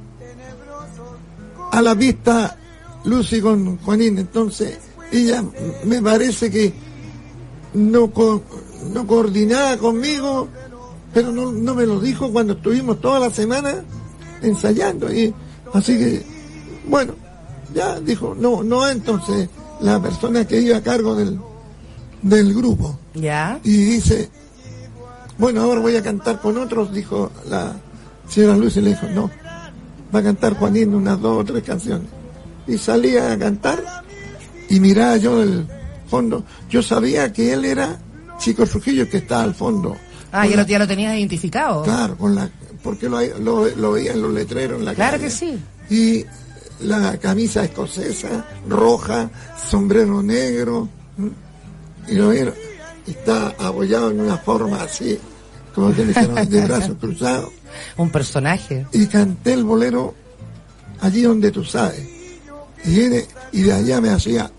a la vista Lucy con Juanín, entonces ella me parece que no co no coordinaba conmigo, pero no, no me lo dijo cuando estuvimos toda la semana ensayando, y así que bueno, ya dijo, no, no, entonces la persona que iba a cargo del, del grupo.
Ya.
Y dice, bueno, ahora voy a cantar con otros, dijo la señora Lucy, le dijo, no, va a cantar Juanín unas dos o tres canciones. Y salía a cantar y miraba yo del fondo, yo sabía que él era Chico Trujillo, que estaba al fondo.
Ah, ya,
la,
lo, ya lo tenías identificado.
Claro, con la, porque lo, lo, lo veía en los letreros en la
claro
calle.
Que sí.
Y la camisa escocesa, roja, sombrero negro, y lo vieron, está apoyado en una forma así, como te dijeron, de brazos cruzados.
Un personaje.
Y canté el bolero Allí donde tú sabes. Y viene, y de allá me hacía,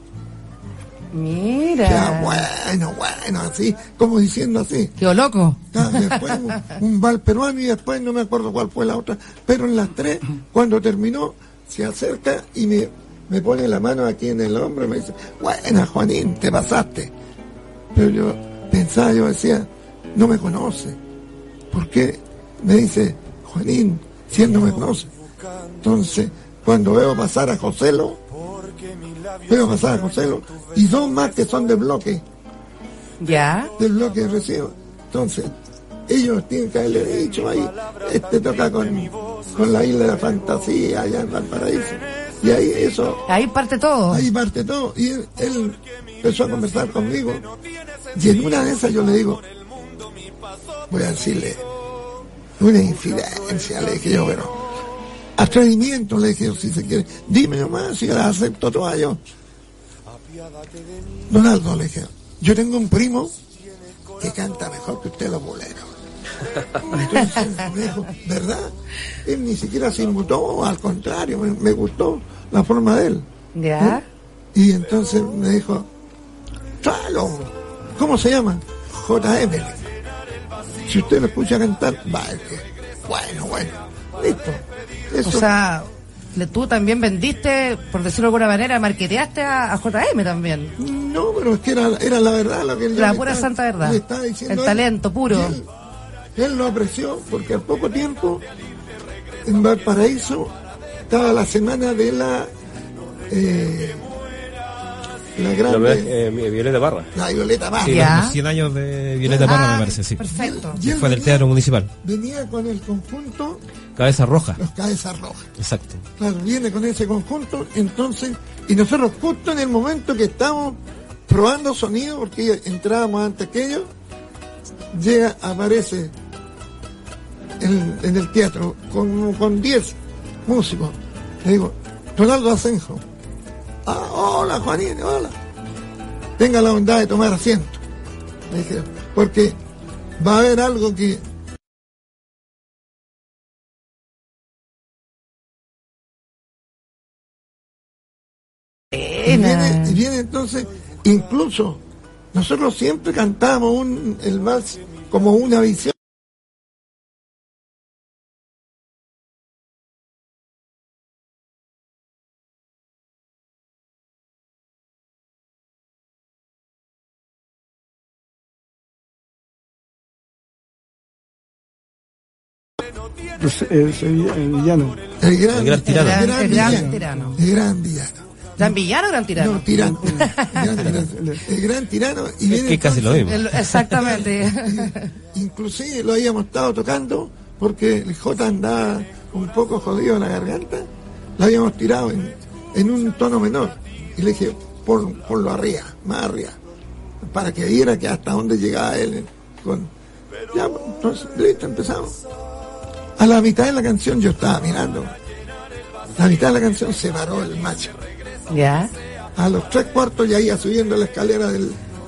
mira,
ya, bueno, bueno, así, como diciendo así.
Quedó loco.
Ah, después un, un bal peruano y después no me acuerdo cuál fue la otra, pero en las tres, cuando terminó, se acerca y me, me pone la mano aquí en el hombro y me dice, buena Juanín, te pasaste. Pero yo pensaba, yo decía, no me conoce. ¿Por qué me dice Juanín si él no me conoce? Entonces, cuando veo pasar a Joselo, veo pasar a Joselo y dos más que son de bloque.
Ya.
Del bloque de recibo. Entonces, ellos tienen que haberle dicho ahí, este toca con, con la Isla de la Fantasía allá en Valparaíso. Y ahí eso...
Ahí parte todo.
Ahí parte todo. Y él, él empezó a conversar conmigo. Y en una de esas yo le digo, voy a decirle, una infidencia, le dije yo, pero... atrevimiento, le dije yo, si se quiere. Dime nomás, si la acepto toda yo. Donaldo, le dije, yo tengo un primo que canta mejor que usted los boleros. Entonces me dijo, ¿verdad? Él ni siquiera se inmutó, al contrario, me, me gustó la forma de él.
Ya.
¿Eh? Y entonces me dijo, tráelo. ¿Cómo se llama? J M. Si usted lo escucha cantar, va. Bueno, bueno, listo. Eso.
O sea, le, tú también vendiste, por decirlo de alguna manera, marketeaste a, a J M también.
No, pero es que era, era la verdad lo que él
la pura estaba, santa verdad.
Le estaba diciendo
el
él,
talento puro.
Él, él lo apreció porque al poco tiempo en Valparaíso estaba la semana de la eh, la grande
no, eh, Violeta Parra.
La Violeta Parra.
Sí, los cien años de Violeta
ah,
Parra me parece, sí.
Perfecto.
Y, y
fue del
venía,
Teatro Municipal.
Venía con el conjunto
Cabeza Roja.
Los Cabezas Rojas.
Exacto.
Claro, viene con ese conjunto, entonces, y nosotros justo en el momento que estamos probando sonido, porque entrábamos antes que ellos, llega, aparece en, en el teatro con con diez músicos. Le digo, Donaldo Asenjo. Ah, hola Juanín, hola. Tenga la bondad de tomar asiento. Le dije, porque va a haber algo que Y viene, y viene entonces, incluso nosotros siempre cantamos un, el vals como una visión.
El sevillano.
El gran,
el gran tirano.
El gran,
el gran
villano.
tirano.
El gran villano.
¿Gran villano o gran tirano?
No, tirano. El gran tirano. El gran tirano. Y viene
es que casi lo mismo.
El, exactamente.
Y, inclusive lo habíamos estado tocando porque el J andaba un poco jodido en la garganta. Lo habíamos tirado en, en un tono menor. Y le dije, por, por lo arriba, más arriba. Para que viera que hasta dónde llegaba él. Con... Ya, entonces, listo, empezamos. A la mitad de la canción yo estaba mirando. A la mitad de la canción se paró el macho.
Ya.
A los tres cuartos ya iba subiendo la escalera del,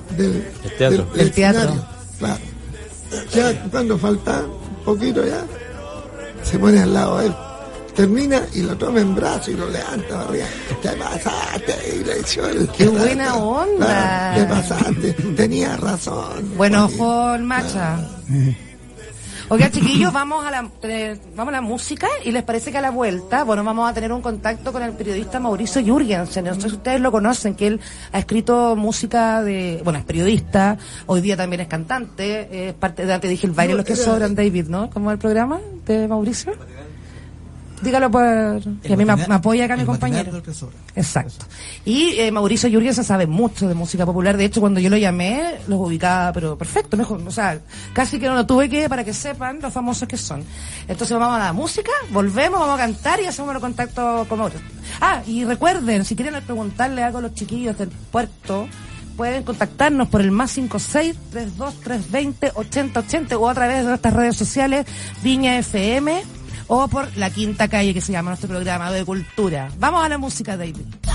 del,
El teatro.
del,
Del
del
teatro.
escenario. Claro. Ya cuando falta un poquito ya, se pone al lado de él. Termina y lo toma en brazos y lo levanta para arriba. Te pasaste y le echó el...
¡Qué buena onda!
Claro, te pasaste, tenías razón.
Bueno,
Joaquín.
ojo, el macha. Oiga, chiquillos, vamos a la eh, vamos a la música y les parece que a la vuelta, bueno, vamos a tener un contacto con el periodista Mauricio Jürgensen. No sé si ustedes lo conocen, que él ha escrito música de, bueno, es periodista, hoy día también es cantante, es parte de, antes dije el baile,
No,
los que
era-
sobran, David, ¿no? ¿Cómo es el programa de Mauricio? Dígalo por... que a mí me, me apoya acá mi compañero. Exacto. Y eh, Mauricio Jürgensen sabe mucho de música popular. De hecho, cuando yo lo llamé, los ubicaba, pero perfecto, mejor. O sea, casi que no lo tuve que para que sepan los famosos que son. Entonces vamos a la música, volvemos, vamos a cantar y hacemos el contacto con Mauricio. Ah, y recuerden, si quieren preguntarle algo a los chiquillos del puerto, pueden contactarnos por el más cinco seis, tres dos tres dos cero, ocho cero ocho cero o a través de nuestras redes sociales, Viña F M, o por La Quinta Calle, que se llama nuestro programa de cultura. Vamos a la música, David.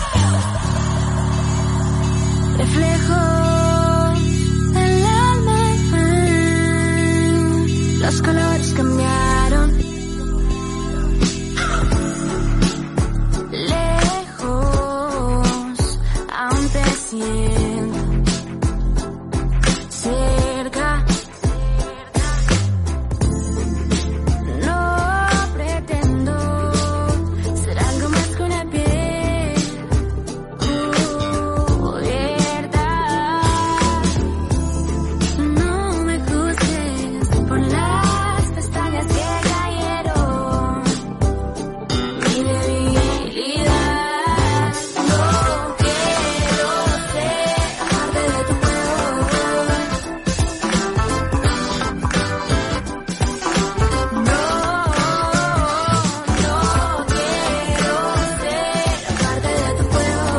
Reflejo el alma, los colores cambiaron. Lejos, aún te siento cerca. No pretendo ser algo más que una piel cubierta. No me juzgues por las pestañas que cayeron. Mi debilidad, no quiero ser parte de tu juego. No, no quiero ser parte de tu juego.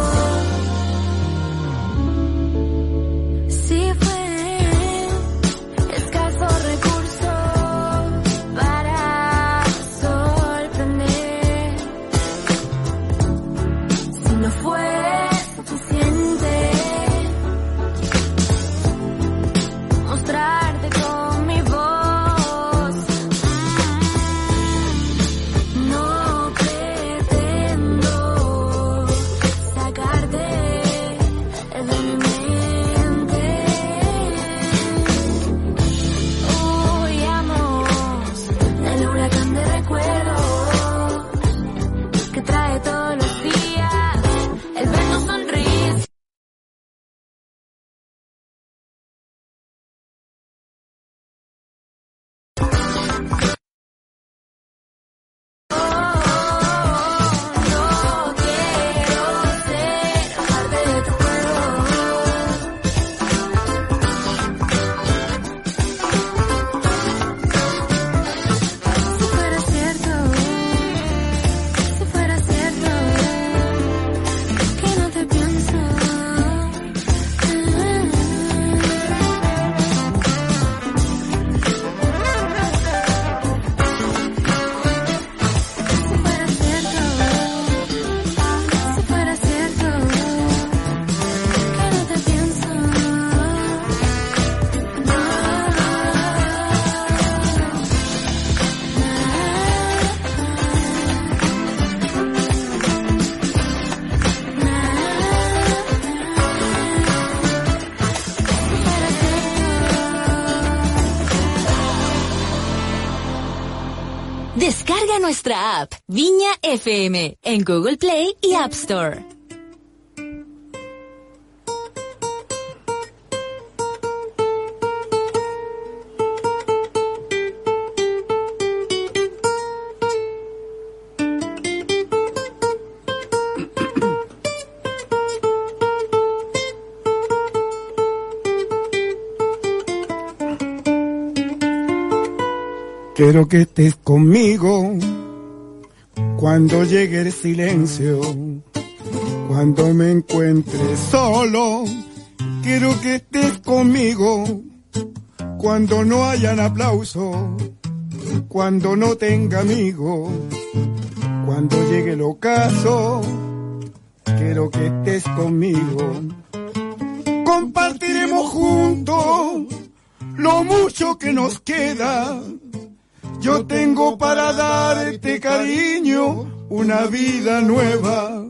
Si fue escaso recurso para sorprender, si no fue suficiente mostrarte con mi voz, no pretendo sacarte de mi mente. Huyamos del huracán de recuerdos que trae todos los días el ver tu sonrisa. No quiero ser parte de tu juego. Si fuera cierto, si fuera cierto que no te pienso. Si fuera cierto, si fuera cierto que no te pienso.
Descarga nuestra app Viña F M en Google Play y App Store.
Quiero que estés conmigo cuando llegue el silencio, cuando me encuentre solo. Quiero que estés conmigo cuando no hayan aplauso, cuando no tenga amigos, cuando llegue el ocaso. Quiero que estés conmigo
Compartiremos juntos lo mucho que nos queda. Yo tengo para darte cariño una vida nueva.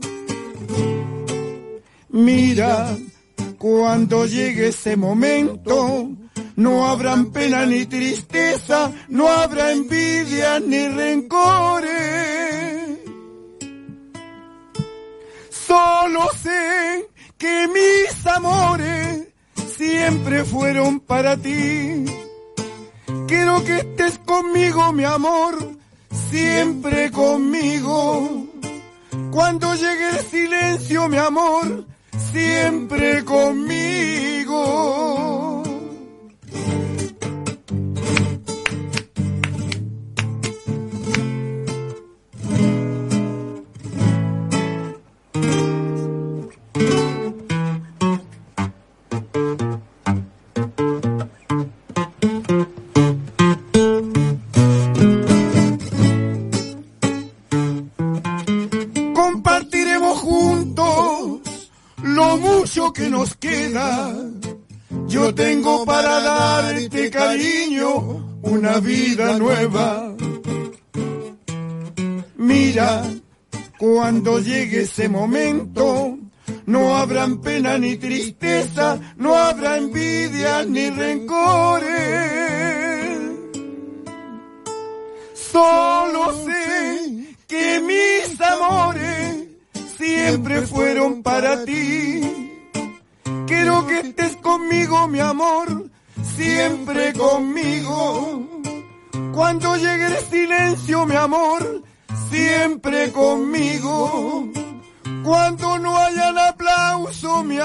Mira, cuando llegue ese momento, no habrán pena ni tristeza, no habrá envidia ni rencores. Solo sé que mis amores siempre fueron para ti. Quiero que estés conmigo, mi amor, siempre conmigo. Cuando llegue el silencio, mi amor, siempre conmigo. Compartiremos juntos lo mucho que nos queda. Yo tengo para darte cariño una vida nueva. Mira, cuando llegue ese momento, no habrán pena ni tristeza, no habrá envidia ni rencores. Solo sé que mis amores siempre fueron para ti. Quiero que estés conmigo, mi amor, siempre conmigo. Cuando llegue el silencio, mi amor, siempre conmigo. Cuando no haya el aplauso, mi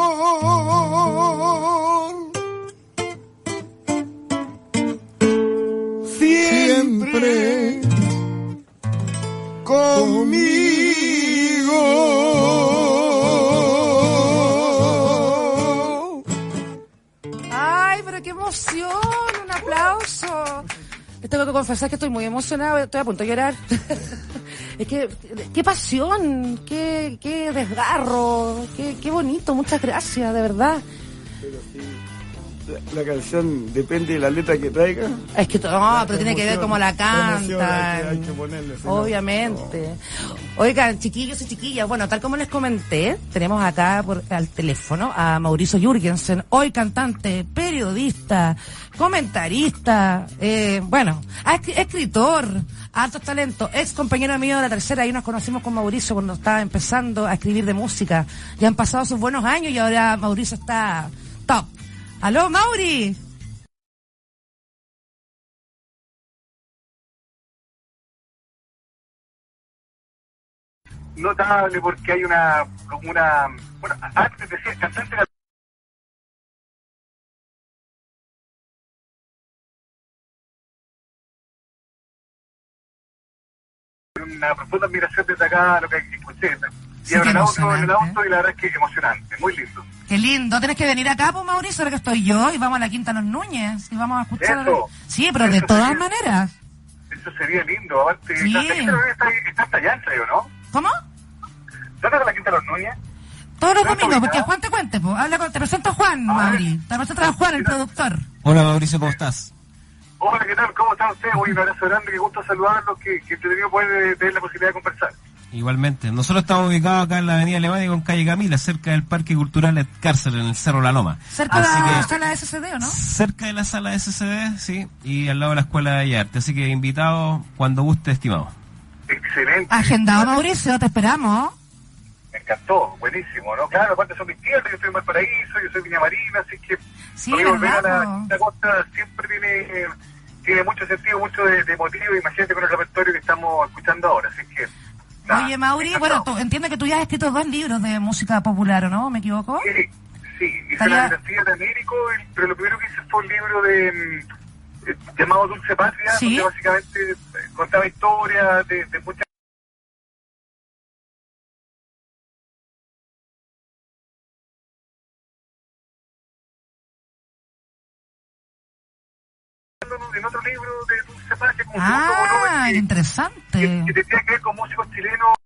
amor, siempre conmigo.
Ay, pero qué emoción, un aplauso. Les tengo que confesar que estoy muy emocionada, estoy a punto de llorar. Es que, qué pasión, qué, qué desgarro, qué, qué bonito, muchas gracias, de verdad.
Pero sí, la, la canción depende de la letra que traiga.
Es que, no, pero tiene que ver cómo la cantan.
Hay que, hay que ponerle, si
obviamente.
No.
Oigan, chiquillos y chiquillas, bueno, tal como les comenté, tenemos acá por al teléfono a Mauricio Jürgensen, hoy cantante, periodista, comentarista, eh, bueno, escritor, altos talentos, ex compañero mío de la tercera, ahí nos conocimos con Mauricio cuando estaba empezando a escribir de música. Ya han pasado sus buenos años y ahora Mauricio está top. ¡Aló, Mauri!
Notable porque hay una, una bueno, antes decía el cantante era una profunda admiración desde acá, lo que escuché. Y
Sí,
ahora el auto,
emocionante.
el auto y la verdad es que es emocionante, muy lindo.
Qué lindo, tienes que venir acá, pues Mauricio, ahora que estoy yo, y vamos a la Quinta Los Núñez, y vamos a escuchar.
Eso,
sí, pero de
eso
todas
sería-
maneras.
Eso sería lindo, aparte,
Sí.
la Quinta de los Núñez está, está hasta allá, creo, ¿no?
¿Cómo?
¿Dónde está la Quinta de los Núñez?
Todos los
¿Dónde
domingos,
está
porque
ubicado?
Juan te cuente, pues. Habla con, te presento a Juan,
A ver.
Mauri. Te presento a Juan, el productor.
Hola Mauricio, ¿cómo estás?
Hola, ¿qué tal? ¿Cómo están ustedes? Hoy un abrazo grande, qué gusto saludarlos, que, que entretenido poder tener la posibilidad de conversar.
Igualmente. Nosotros estamos ubicados acá en la avenida Alemania con calle Camila, cerca del Parque Cultural Et Cárcel, en el Cerro La Loma.
Cerca de
Así
la
que-
sala S C D, ¿o no?
Cerca de la sala S C D, sí, y al lado de la Escuela de Bellas Artes. Así que invitados cuando guste, estimado.
Excelente.
Agendado, Mauricio, te esperamos.
Me encantó, buenísimo, ¿no? Claro, aparte son mis tierras, yo soy de Valparaíso, yo soy Viña Marina, así que
Sí,
para mí volver a
¿verdad,
la
po?
Quinta Costa siempre tiene, eh, tiene mucho sentido, mucho de, de motivo, imagínate con el repertorio que estamos escuchando ahora, así que... nada,
Oye, Mauri,
encantado.
bueno, tú entiendo que tú ya has escrito dos libros de música popular, ¿o no? ¿Me equivoco?
Sí, sí, hice
Estaría-
la dinastía de Américo, el- pero lo primero que hice fue un libro de mm, eh, llamado Dulce Patria,
Sí.
donde básicamente eh, contaba historias de, de muchas en otro libro de Dulce Patria, como segundo
Ah,
volumen, que-
interesante.
que, que tenía que ver con músicos chilenos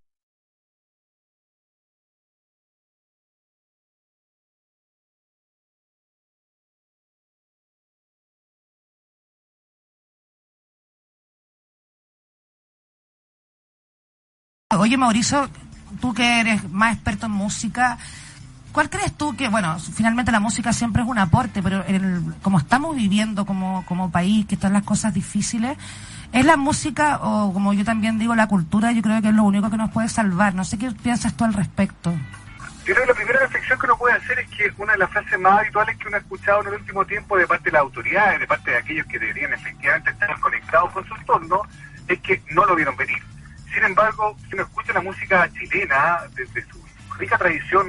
Oye, Mauricio, tú que eres más experto en música, ¿cuál crees tú que, bueno, finalmente la música siempre es un aporte, pero el, como estamos viviendo como, como país, que están las cosas difíciles, es la música, o como yo también digo, la cultura, yo creo que es lo único que nos puede salvar? No sé qué piensas tú al respecto.
Yo creo que la primera reflexión que uno puede hacer es que una de las frases más habituales que uno ha escuchado en el último tiempo de parte de las autoridades, de parte de aquellos que deberían efectivamente estar conectados con su entorno, es que no lo vieron venir. Sin embargo, si uno escucha la música chilena, desde su rica tradición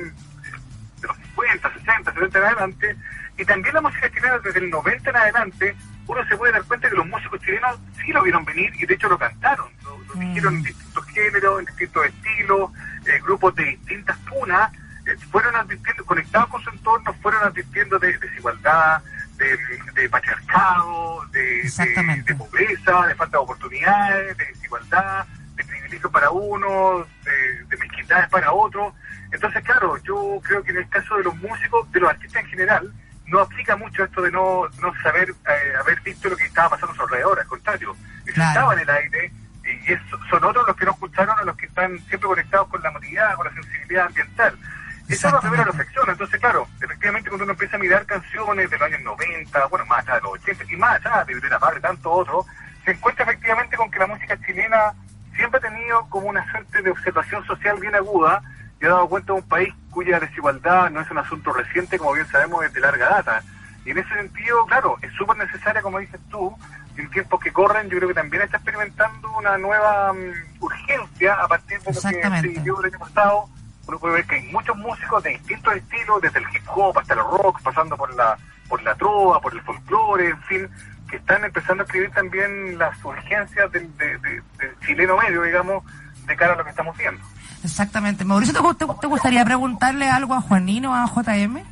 de los cincuenta, sesenta, setenta en adelante, y también la música chilena desde el noventa en adelante, uno se puede dar cuenta que los músicos chilenos sí lo vieron venir y de hecho lo cantaron, lo, lo mm. dijeron en distintos géneros, en distintos estilos, eh, grupos de distintas punas, eh, fueron advirtiendo, conectados con su entorno, fueron advirtiendo de desigualdad, de, de patriarcado, de, de, de pobreza, de falta de oportunidades, de desigualdad, de privilegios para unos, de, de mezquindades para otros. Entonces, claro, yo creo que en el caso de los músicos, de los artistas en general, no aplica mucho esto de no no saber eh, haber visto lo que estaba pasando a su alrededor. Al contrario, eso claro. estaba en el aire y es, son otros los que no escucharon a los que están siempre conectados con la emotividad, con la sensibilidad ambiental. Esa es la primera reflexión. Entonces, claro, efectivamente cuando uno empieza a mirar canciones de los años noventa, bueno, más allá de los ochenta y más allá de Violeta Parra y tanto otro, se encuentra efectivamente con que la música chilena siempre ha tenido como una suerte de observación social bien aguda y ha dado cuenta de un país cuya desigualdad no es un asunto reciente, como bien sabemos, desde larga data. Y en ese sentido, claro, es súper necesaria, como dices tú, en tiempos que corren, yo creo que también está experimentando una nueva um, urgencia a partir de lo que se vivió el año pasado. Uno puede ver que hay muchos músicos de distintos estilos, desde el hip hop hasta el rock, pasando por la por la trova, por el folclore, en fin, que están empezando a escribir también las urgencias del, de, de, del chileno medio, digamos, de cara a lo que estamos viendo.
Exactamente. Mauricio, ¿te, te, te gustaría preguntarle algo a Juanín o a J M?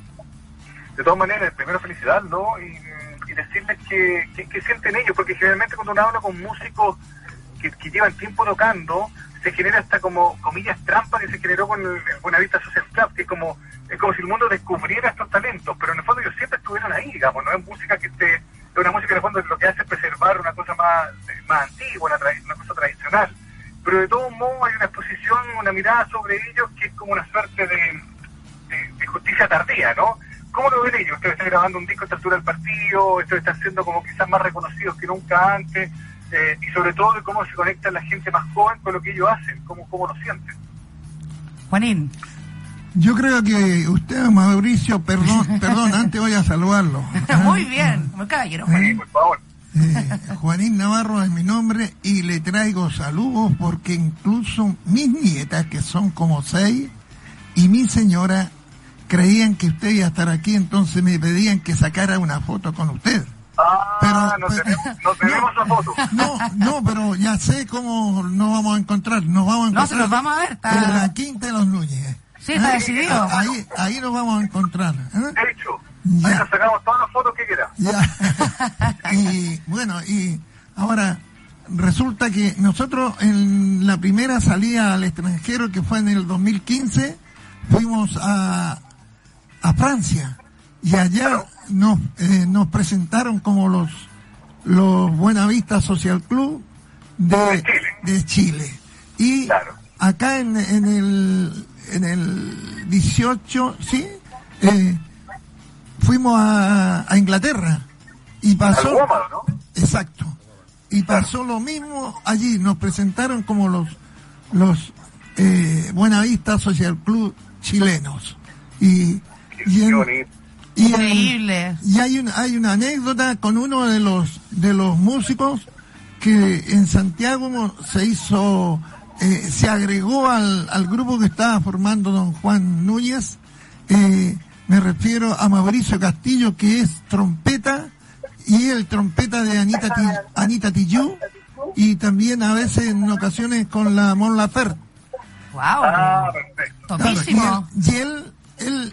De todas maneras, primero felicitarlo y, y decirles que, que, que sienten ellos, porque generalmente cuando uno habla con músicos que, que llevan tiempo tocando, se genera esta como comillas trampa que se generó con el, el Buenavista Social Club, que es como es como si el mundo descubriera estos talentos, pero en el fondo ellos siempre estuvieron ahí, digamos, no es música que esté, es una música que en el fondo lo que hace es preservar una cosa más, más antigua, una, tra- una cosa tradicional, pero de todos modos hay una exposición, una mirada sobre ellos que es como una suerte de, de, de justicia tardía, ¿no? ¿Cómo lo ven ellos? Ustedes están grabando un disco a esta altura del partido, ustedes están siendo como quizás más reconocidos que nunca antes, eh, y sobre todo de cómo se conecta la gente más joven con lo que ellos hacen, cómo, cómo lo sienten.
Juanín.
Yo creo que usted, Mauricio, perdón, perdón, antes voy a saludarlo.
Muy bien, muy caballero, Juanín.
Eh, por favor. Eh, Juanín Navarro es mi nombre y le traigo saludos porque incluso mis nietas, que son como seis, y mi señora creían que usted iba a estar aquí, entonces me pedían que sacara una foto con usted.
Ah,
pero,
no,
pero,
tenemos, no tenemos
no,
la foto.
No, no, pero ya sé cómo nos vamos a encontrar. Nos vamos a encontrar
no, se los vamos a ver. Está...
en la Quinta de los Núñez.
Sí, está ¿Eh? decidido.
Ahí, ahí nos vamos a encontrar. ¿Eh?
De hecho, ya. Ahí nos sacamos todas las fotos que quiera.
Ya. Y bueno, y ahora resulta que nosotros en la primera salida al extranjero, que fue en el dos mil quince, fuimos a, a Francia. Y allá claro. nos, eh, nos presentaron como los los Buenavista Social Club de, de Chile. De Chile. Y claro. acá en, en el en el dieciocho, sí, eh, fuimos a, a Inglaterra y pasó,
Guámaro, ¿no?
Exacto, y pasó lo mismo allí. Nos presentaron como los los eh, Buenavista Social Club chilenos y y en, Y,
Increíble.
Y hay una, hay una anécdota con uno de los de los músicos que en Santiago se hizo, eh, se agregó al, al grupo que estaba formando don Juan Núñez. Eh, me refiero a Mauricio Castillo, que es trompeta, y el trompeta de Anita T- Anita Tijoux, y también a veces en ocasiones con la Mon Laferte.
Wow.
Ah, perfecto.
Topísimo.
Y él, y él, él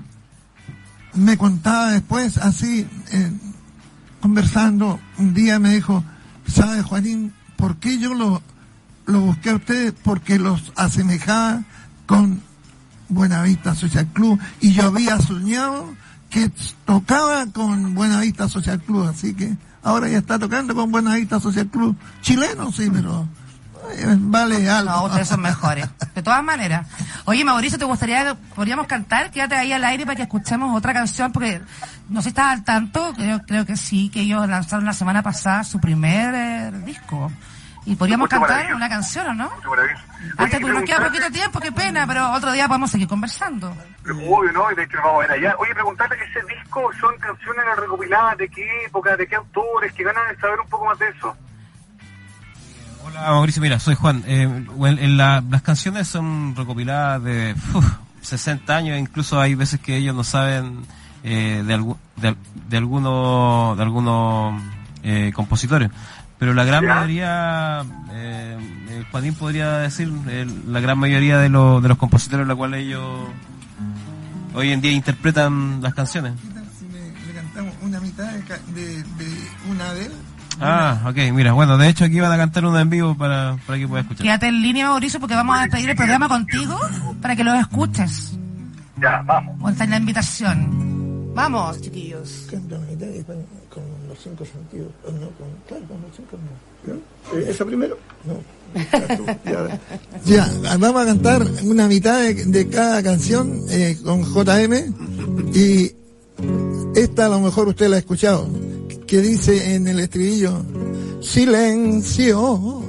me contaba después, así, eh, conversando, un día me dijo, ¿sabe, Juanín, por qué yo lo, lo busqué a ustedes? Porque los asemejaba con Buenavista Social Club, y yo había soñado que tocaba con Buenavista Social Club, así que ahora ya está tocando con Buenavista Social Club chileno, sí, pero eh, vale algo.
No, ustedes son mejores. De todas maneras. Oye, Mauricio, ¿te gustaría, podríamos cantar? Quédate ahí al aire para que escuchemos otra canción, porque no sé si estás al tanto, creo, creo que sí, que ellos lanzaron la semana pasada su primer eh, disco. Y podríamos
Mucho
cantar
maravilloso.
una canción, ¿o no?
Mucho maravilloso.
Hasta
Oye,
que nos queda
preguntarle-
poquito tiempo, qué pena, pero otro día podemos seguir conversando.
Obvio, ¿no? Y de hecho nos vamos a ver allá. Oye, preguntarle, ¿ese disco son canciones recopiladas de qué época, de qué autores? Que ganas de saber un poco más de eso.
Hola Mauricio, mira, soy Juan. Eh, bueno, en la- las canciones son recopiladas de uf, sesenta años, incluso hay veces que ellos no saben eh, de, algu- de, de algunos de algunos eh, compositores. Pero la gran
¿Ya?
mayoría, eh, eh, Juanín podría decir, eh, la gran mayoría de, los de los compositores, la cual ellos hoy en día interpretan las canciones.
Si le, le cantamos una mitad de, ca- de, de una de él.
Ah, ok, mira, bueno, de hecho aquí van a cantar una en vivo para, para que pueda escuchar.
Quédate en línea, Mauricio, porque vamos a despedir el programa contigo para que lo escuches.
Ya, vamos.
O está en la invitación. Vamos, chiquillos.
Canta una mitad y después con los cinco sentidos. o No, con, claro, con los cinco no. ¿Ya? Eh, ¿Esa primero? No. Ya, tú, ya. Ya, vamos a cantar una mitad de, de cada canción eh, con J M. Y esta a lo mejor usted la ha escuchado. Que dice en el estribillo: silencio,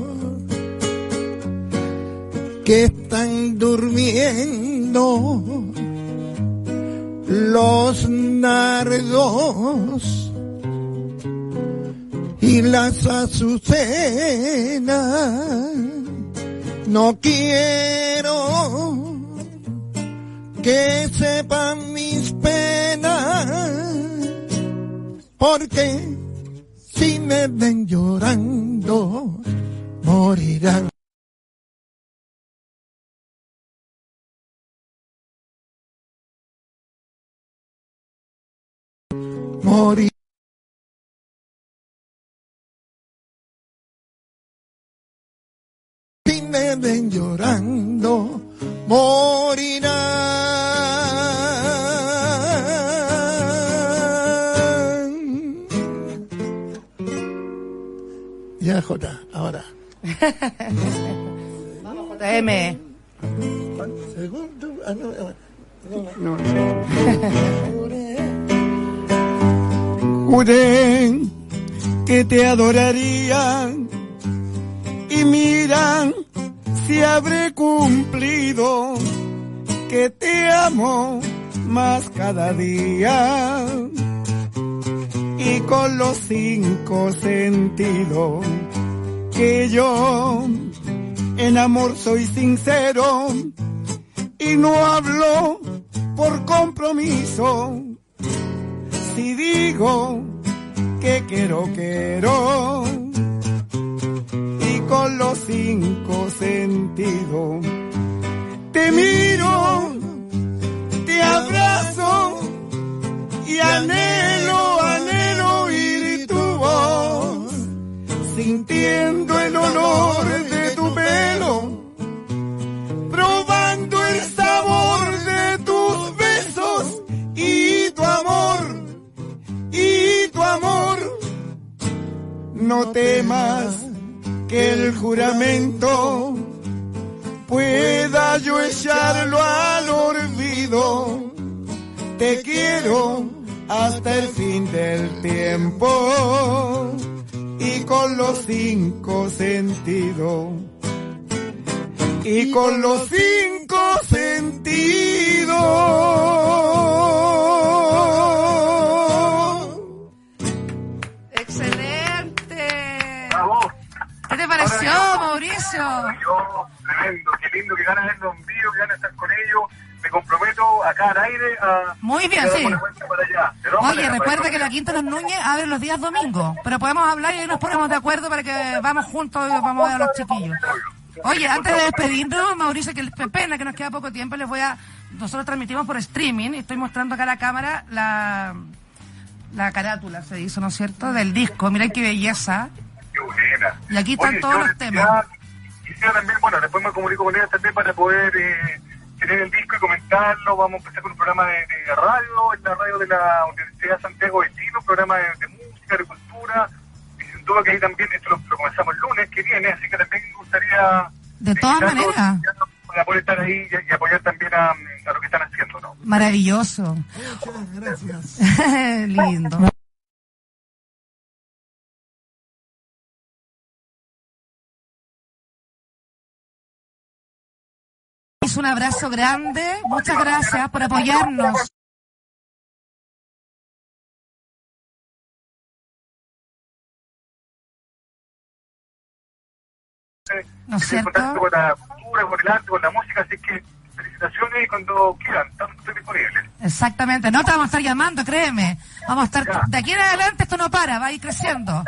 que están durmiendo los nardos y las azucenas. No quiero que sepan mis penas, porque si me ven llorando, morirán. Morir. Si me ven llorando, morirán. Ya, Jota, ahora.
Vamos, J M.
Segundo, ah, no,
No, Juré que te adoraría y miran si habré cumplido que te amo más cada día y con los cinco sentidos que yo en amor soy sincero y no hablo por compromiso. Si digo que quiero, quiero, y con los cinco sentidos te miro, te abrazo y anhelo, anhelo oír tu voz, sintiendo el olor de tu pelo, probando el sabor de tus besos y tu amor. Y tu amor, no temas que el juramento pueda yo echarlo al olvido. Te quiero hasta el fin del tiempo y con los cinco sentidos. Y con los cinco sentidos.
¡Excelente!
Bravo.
¿Qué te pareció,
Ahora,
Mauricio?
Yo, tremendo, qué lindo, que ganas de verlo en vivo, que ganas de estar con ellos. Me comprometo acá al aire a...
Muy bien,
a dar
sí.
una vuelta para allá. De todas
Oye,
maneras,
recuerda
para-
que la Quinta de los Núñez abre los días domingos, pero podemos hablar y ahí nos ponemos de acuerdo para que vamos juntos y vamos a ver a los chiquillos. Oye, antes de despedirnos, Mauricio, que qué pena que nos queda poco tiempo, les voy a... Nosotros transmitimos por streaming y estoy mostrando acá a la cámara la, la carátula, se hizo, ¿no es cierto?, del disco. Miren qué belleza.
Qué buena.
Y aquí están
Oye,
todos
yo
los
quisiera-
temas.
Quisiera también, bueno, después me comunico con ellos también para poder eh, tener el disco y comentarlo. Vamos a empezar con un programa de, de radio, en la radio de la Universidad Santiago de Chile, un programa de, de música, de cultura. Y sin duda que ahí también, esto lo, lo comenzamos el lunes que viene, así que también me gustaría sea...
De todas maneras.
Para poder estar ahí y, y apoyar también a, a lo que están haciendo, ¿no?
Maravilloso.
Muchas gracias.
Lindo. Un abrazo grande, muchas gracias por apoyarnos. ¿No es cierto?
Con la cultura, con el arte, con la música, así que felicitaciones y cuando quieran, estamos disponibles.
Exactamente, no te vamos a estar llamando, créeme. Vamos a estar, de aquí en adelante esto no para, va a ir creciendo.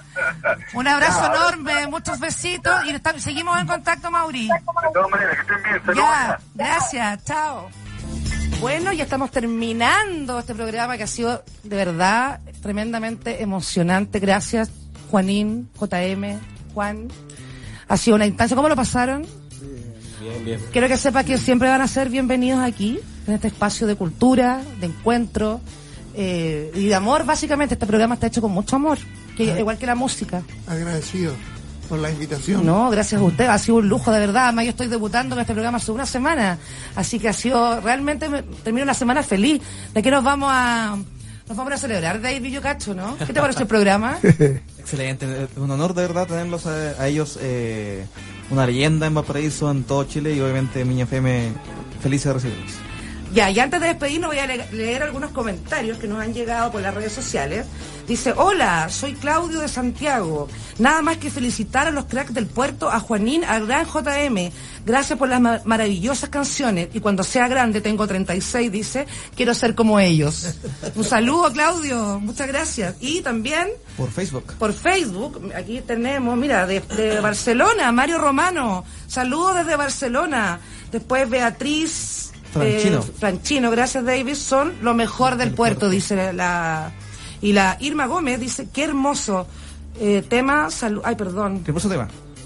Un abrazo ya, enorme, muchos besitos y estamos, seguimos en contacto, Mauri.
De todas maneras, que estén bien, saludos.
Ya, gracias, chao. Bueno, ya estamos terminando este programa que ha sido de verdad tremendamente emocionante. Gracias, Juanín, J M, Juan. Ha sido una instancia. ¿Cómo lo pasaron?
Bien, bien.
Quiero que sepa que siempre van a ser bienvenidos aquí, en este espacio de cultura, de encuentro eh, y de amor. Básicamente, este programa está hecho con mucho amor, que, igual que la música.
Agradecido por la invitación.
No, gracias a usted. Ha sido un lujo, de verdad. Además, yo estoy debutando en este programa hace una semana. Así que ha sido, realmente, me, termino una semana feliz. De aquí nos vamos a... Nos vamos a celebrar, David y yo cacho, ¿no? ¿Qué te parece el programa?
Excelente, un honor de verdad tenerlos a, a ellos, eh, una leyenda en Valparaíso, en todo Chile y obviamente Viña F M, feliz de recibirlos.
Ya, y antes de despedirnos voy a le- leer algunos comentarios que nos han llegado por las redes sociales. Dice, hola, soy Claudio de Santiago. Nada más que felicitar a los cracks del puerto, a Juanín, al gran J M. Gracias por las ma- maravillosas canciones. Y cuando sea grande, tengo treinta y seis, dice, quiero ser como ellos. Un saludo, Claudio. Muchas gracias. Y también...
Por Facebook.
Por Facebook, aquí tenemos, mira, de, de Barcelona, Mario Romano. Saludos desde Barcelona. Después Beatriz...
Franchino.
Eh, Franchino, gracias David, son lo mejor del puerto, puerto, dice la... Y la Irma Gómez dice, qué hermoso eh, tema, salud... Ay, perdón.
Qué hermoso tema.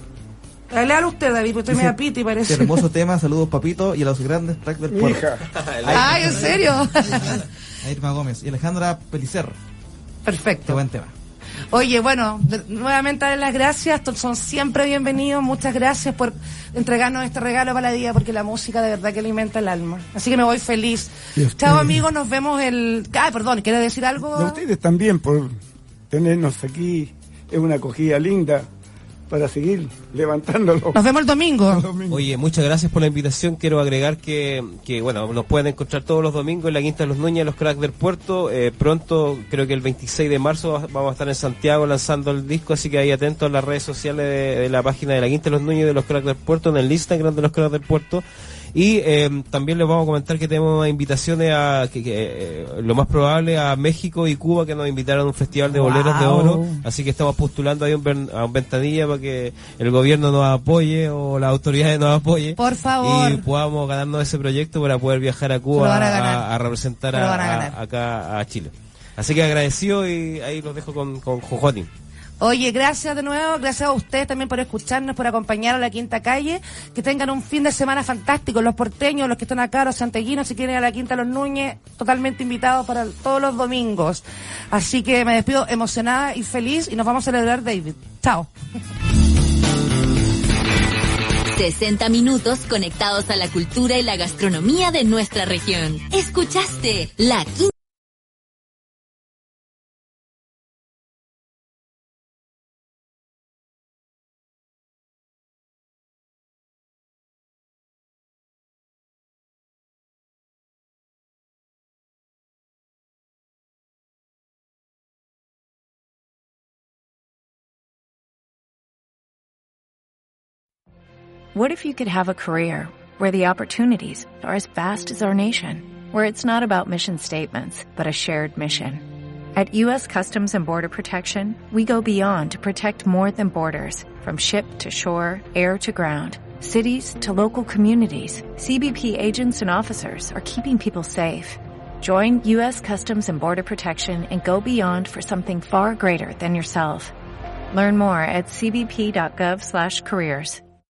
Léalo usted, David, porque usted me da piti, parece.
Qué hermoso tema, saludos papito y a los grandes cracks del puerto.
Ay, ¿en serio?
A Irma Gómez y Alejandra Pelicer.
Perfecto.
Qué buen tema.
Oye, bueno, de, nuevamente darles las gracias, son siempre bienvenidos, muchas gracias por entregarnos este regalo para la día, porque la música de verdad que alimenta el alma. Así que me voy feliz. Chao amigos, nos vemos el... Ay, perdón, ¿quiere decir algo?
De ustedes también por tenernos aquí, es una acogida linda para seguir levantándolo.
Nos vemos el domingo.
Oye, muchas gracias por la invitación. Quiero agregar que, que bueno, nos pueden encontrar todos los domingos en la Quinta de los Núñez, los cracks del puerto. Eh, pronto, creo que el veintiséis de marzo vamos a estar en Santiago lanzando el disco, así que ahí atentos a las redes sociales de, de la página de la Quinta de los Núñez de los cracks del puerto, en el Instagram de los cracks del puerto. Y eh, también les vamos a comentar que tenemos invitaciones a, que, que eh, lo más probable, a México y Cuba, que nos invitaron a un festival de boleros wow. de oro. Así que estamos postulando ahí un, a un ventanilla para que el gobierno nos apoye o las autoridades nos apoyen.
Por favor.
Y podamos ganarnos ese proyecto para poder viajar a Cuba a, a, a representar a, a, acá a Chile. Así que agradecido y ahí los dejo con, con Jojotín.
Oye, gracias de nuevo, gracias a ustedes también por escucharnos, por acompañarnos a la Quinta Calle, que tengan un fin de semana fantástico, los porteños, los que están acá, los santiaguinos, si quieren a la Quinta Los Núñez, totalmente invitados para todos los domingos. Así que me despido emocionada y feliz y nos vamos a celebrar, David. Chao.
sesenta minutos conectados a la cultura y la gastronomía de nuestra región. Escuchaste la Quinta.
What if you could have a career where the opportunities are as vast as our nation, where it's not about mission statements, but a shared mission? At U S Customs and Border Protection, we go beyond to protect more than borders, from ship to shore, air to ground, cities to local communities. C B P agents and officers are keeping people safe. Join U S Customs and Border Protection and go beyond for something far greater than yourself. Learn more at c b p dot gov slash careers.